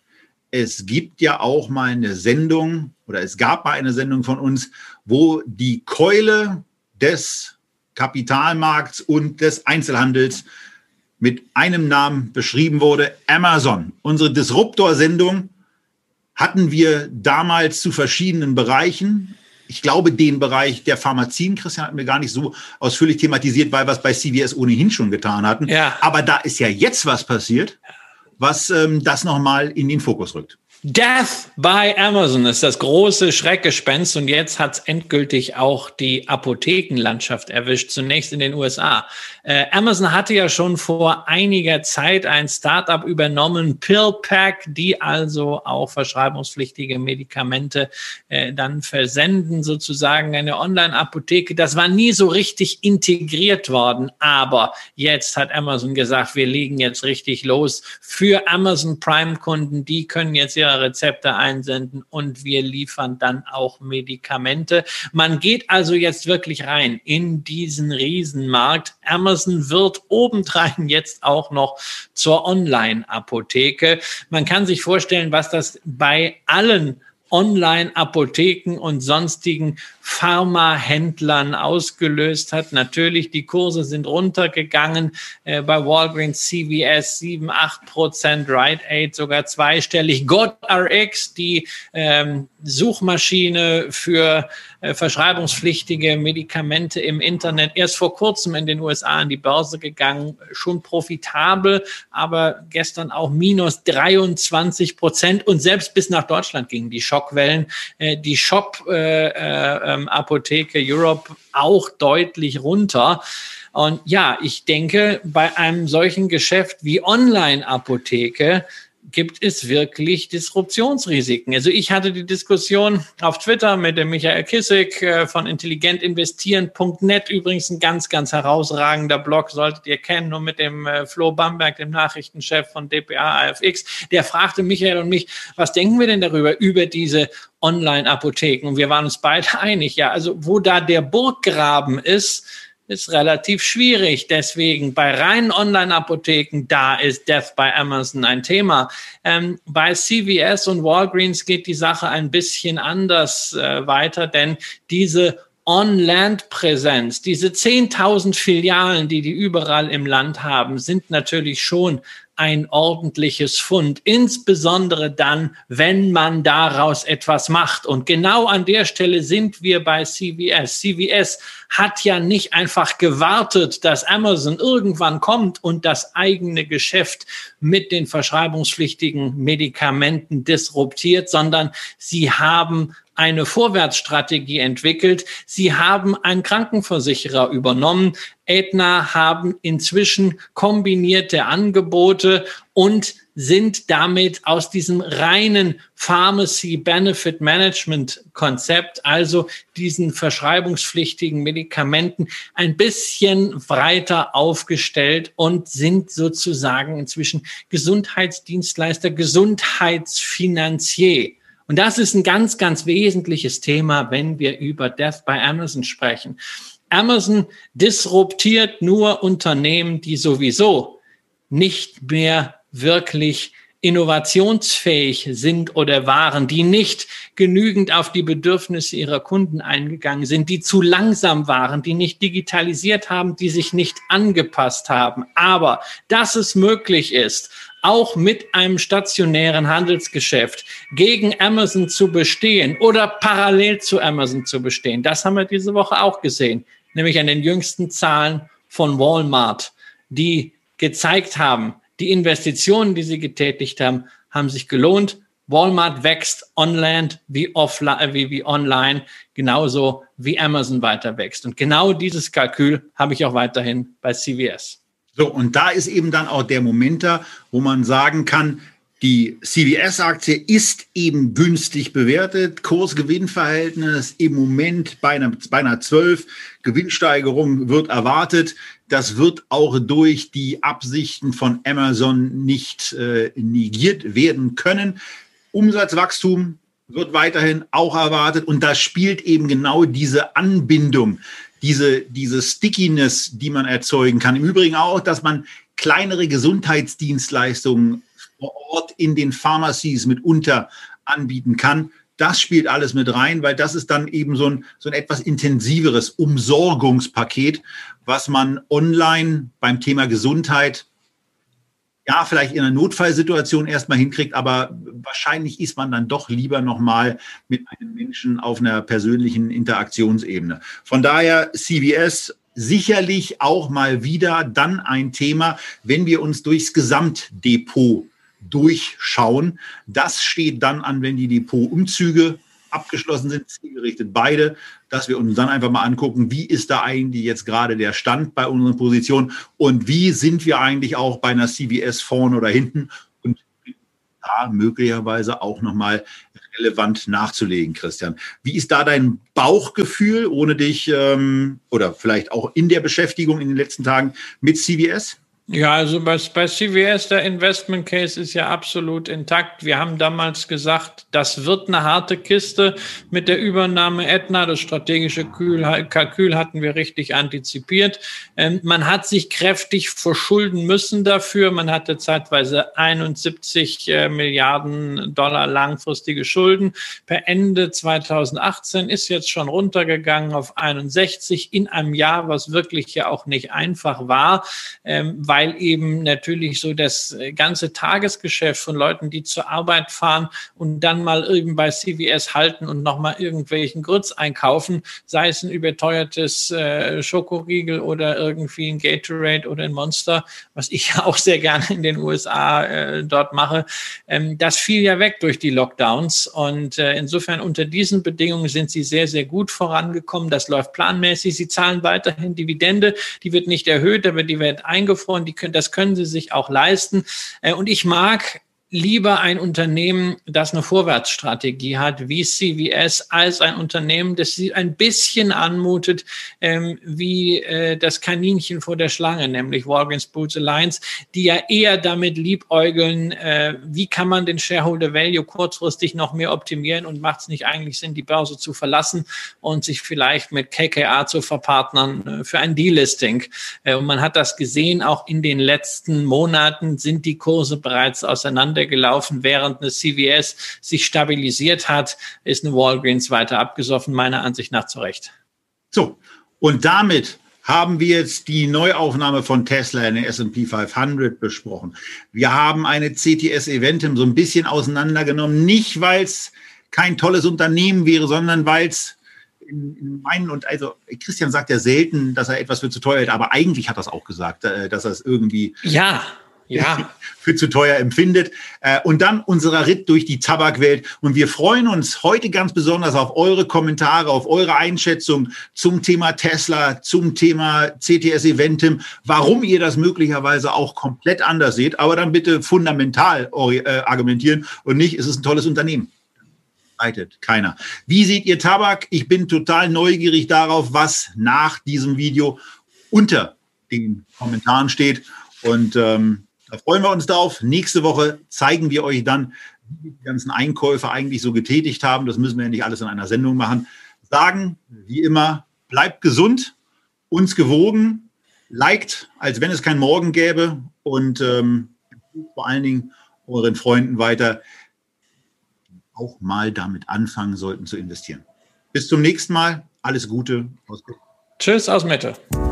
es gibt ja auch mal eine Sendung, oder es gab mal eine Sendung von uns, wo die Keule des Kapitalmarkts und des Einzelhandels mit einem Namen beschrieben wurde, Amazon. Unsere Disruptor-Sendung hatten wir damals zu verschiedenen Bereichen. Ich glaube, den Bereich der Pharmazien, Christian, hatten wir gar nicht so ausführlich thematisiert, weil wir es bei CVS ohnehin schon getan hatten. Ja. Aber da ist ja jetzt was passiert, was das nochmal in den Fokus rückt. Death by Amazon ist das große Schreckgespenst und jetzt hat es endgültig auch die Apothekenlandschaft erwischt, zunächst in den USA. Amazon hatte ja schon vor einiger Zeit ein Startup übernommen, PillPack, die also auch verschreibungspflichtige Medikamente dann versenden, sozusagen eine Online-Apotheke. Das war nie so richtig integriert worden, aber jetzt hat Amazon gesagt, wir legen jetzt richtig los für Amazon Prime-Kunden, die können jetzt ihre Rezepte einsenden und wir liefern dann auch Medikamente. Man geht also jetzt wirklich rein in diesen Riesenmarkt. Amazon wird obendrein jetzt auch noch zur Online-Apotheke. Man kann sich vorstellen, was das bei allen Online-Apotheken und sonstigen Pharmahändlern ausgelöst hat. Natürlich, die Kurse sind runtergegangen, bei Walgreens, CVS 7-8%, Rite Aid sogar zweistellig. GodRx, die Suchmaschine für verschreibungspflichtige Medikamente im Internet, erst vor kurzem in den USA an die Börse gegangen, schon profitabel, aber gestern auch minus 23% und selbst bis nach Deutschland gingen die Schockwellen. Die Shop-Apotheke Europe auch deutlich runter. Und ja, ich denke, bei einem solchen Geschäft wie Online-Apotheke gibt es wirklich Disruptionsrisiken. Also ich hatte die Diskussion auf Twitter mit dem Michael Kissig von intelligentinvestieren.net, übrigens ein ganz, ganz herausragender Blog, solltet ihr kennen, nur mit dem Flo Bamberg, dem Nachrichtenchef von dpa AFX. Der fragte Michael und mich, was denken wir denn darüber, über diese Online-Apotheken? Und wir waren uns beide einig, ja, also wo da der Burggraben ist relativ schwierig. Deswegen bei reinen Online-Apotheken, da ist Death by Amazon ein Thema. Bei CVS und Walgreens geht die Sache ein bisschen anders weiter, denn diese On-Land-Präsenz, diese 10.000 Filialen, die überall im Land haben, sind natürlich schon ein ordentliches Fund, insbesondere dann, wenn man daraus etwas macht. Und genau an der Stelle sind wir bei CVS. CVS hat ja nicht einfach gewartet, dass Amazon irgendwann kommt und das eigene Geschäft mit den verschreibungspflichtigen Medikamenten disruptiert, sondern sie haben eine Vorwärtsstrategie entwickelt. Sie haben einen Krankenversicherer übernommen. Aetna haben inzwischen kombinierte Angebote und sind damit aus diesem reinen Pharmacy Benefit Management Konzept, also diesen verschreibungspflichtigen Medikamenten, ein bisschen breiter aufgestellt und sind sozusagen inzwischen Gesundheitsdienstleister, Gesundheitsfinanzier. Und das ist ein ganz, ganz wesentliches Thema, wenn wir über Death by Amazon sprechen. Amazon disruptiert nur Unternehmen, die sowieso nicht mehr wirklich innovationsfähig sind oder waren, die nicht genügend auf die Bedürfnisse ihrer Kunden eingegangen sind, die zu langsam waren, die nicht digitalisiert haben, die sich nicht angepasst haben. Aber dass es möglich ist, auch mit einem stationären Handelsgeschäft gegen Amazon zu bestehen oder parallel zu Amazon zu bestehen. Das haben wir diese Woche auch gesehen, nämlich an den jüngsten Zahlen von Walmart, die gezeigt haben, die Investitionen, die sie getätigt haben, haben sich gelohnt. Walmart wächst online wie offline, wie online, genauso wie Amazon weiter wächst. Und genau dieses Kalkül habe ich auch weiterhin bei CVS. So, und da ist eben dann auch der Moment da, wo man sagen kann, die CVS-Aktie ist eben günstig bewertet, Kurs-Gewinn-Verhältnis im Moment bei einer 12, Gewinnsteigerung wird erwartet. Das wird auch durch die Absichten von Amazon nicht negiert werden können. Umsatzwachstum wird weiterhin auch erwartet und da spielt eben genau diese Anbindung, diese Stickiness, die man erzeugen kann. Im Übrigen auch, dass man kleinere Gesundheitsdienstleistungen vor Ort in den Pharmacies mitunter anbieten kann. Das spielt alles mit rein, weil das ist dann eben so ein etwas intensiveres Umsorgungspaket, was man online beim Thema Gesundheit ja vielleicht in einer Notfallsituation erstmal hinkriegt, aber wahrscheinlich ist man dann doch lieber nochmal mit einem Menschen auf einer persönlichen Interaktionsebene. Von daher CVS sicherlich auch mal wieder dann ein Thema, wenn wir uns durchs Gesamtdepot durchschauen. Das steht dann an, wenn die Depotumzüge abgeschlossen sind, zielgerichtet beide, dass wir uns dann einfach mal angucken, wie ist da eigentlich jetzt gerade der Stand bei unseren Positionen und wie sind wir eigentlich auch bei einer CVS vorne oder hinten und da möglicherweise auch nochmal relevant nachzulegen, Christian. Wie ist da dein Bauchgefühl, ohne dich oder vielleicht auch in der Beschäftigung in den letzten Tagen mit CVS? Ja, also bei CVS, der Investment Case ist ja absolut intakt. Wir haben damals gesagt, das wird eine harte Kiste mit der Übernahme Aetna. Das strategische Kalkül hatten wir richtig antizipiert. Man hat sich kräftig verschulden müssen dafür. Man hatte zeitweise 71 Milliarden Dollar langfristige Schulden. Per Ende 2018 ist jetzt schon runtergegangen auf 61 in einem Jahr, was wirklich ja auch nicht einfach war, weil eben natürlich so das ganze Tagesgeschäft von Leuten, die zur Arbeit fahren und dann mal irgendwie bei CVS halten und nochmal irgendwelchen Grütz einkaufen, sei es ein überteuertes Schokoriegel oder irgendwie ein Gatorade oder ein Monster, was ich ja auch sehr gerne in den USA dort mache, das fiel ja weg durch die Lockdowns und insofern unter diesen Bedingungen sind sie sehr, sehr gut vorangekommen. Das läuft planmäßig. Sie zahlen weiterhin Dividende, die wird nicht erhöht, aber die wird eingefroren. Das können sie sich auch leisten. Und ich mag lieber ein Unternehmen, das eine Vorwärtsstrategie hat, wie CVS, als ein Unternehmen, das sie ein bisschen anmutet, wie das Kaninchen vor der Schlange, nämlich Walgreens Boots Alliance, die ja eher damit liebäugeln, wie kann man den Shareholder Value kurzfristig noch mehr optimieren und macht es nicht eigentlich Sinn, die Börse zu verlassen und sich vielleicht mit KKR zu verpartnern für ein Delisting. Und man hat das gesehen, auch in den letzten Monaten sind die Kurse bereits auseinandergelaufen, während eine CVS sich stabilisiert hat, ist eine Walgreens weiter abgesoffen, meiner Ansicht nach zu Recht. So, und damit haben wir jetzt die Neuaufnahme von Tesla in den S&P 500 besprochen. Wir haben eine CTS Eventim so ein bisschen auseinandergenommen, nicht weil es kein tolles Unternehmen wäre, sondern weil es in meinen, und also Christian sagt ja selten, dass er etwas für zu teuer hält, aber eigentlich hat er es auch gesagt, dass er es irgendwie für zu teuer empfindet. Und dann unser Ritt durch die Tabakwelt. Und wir freuen uns heute ganz besonders auf eure Kommentare, auf eure Einschätzung zum Thema Tesla, zum Thema CTS Eventim, warum ihr das möglicherweise auch komplett anders seht, aber dann bitte fundamental argumentieren und nicht, es ist ein tolles Unternehmen. Keiner. Wie seht ihr Tabak? Ich bin total neugierig darauf, was nach diesem Video unter den Kommentaren steht. Und da freuen wir uns drauf. Nächste Woche zeigen wir euch dann, wie die ganzen Einkäufe eigentlich so getätigt haben. Das müssen wir ja nicht alles in einer Sendung machen. Sagen, wie immer, bleibt gesund, uns gewogen, liked, als wenn es kein Morgen gäbe und vor allen Dingen euren Freunden weiter, auch mal damit anfangen sollten zu investieren. Bis zum nächsten Mal. Alles Gute. Tschüss aus Mitte.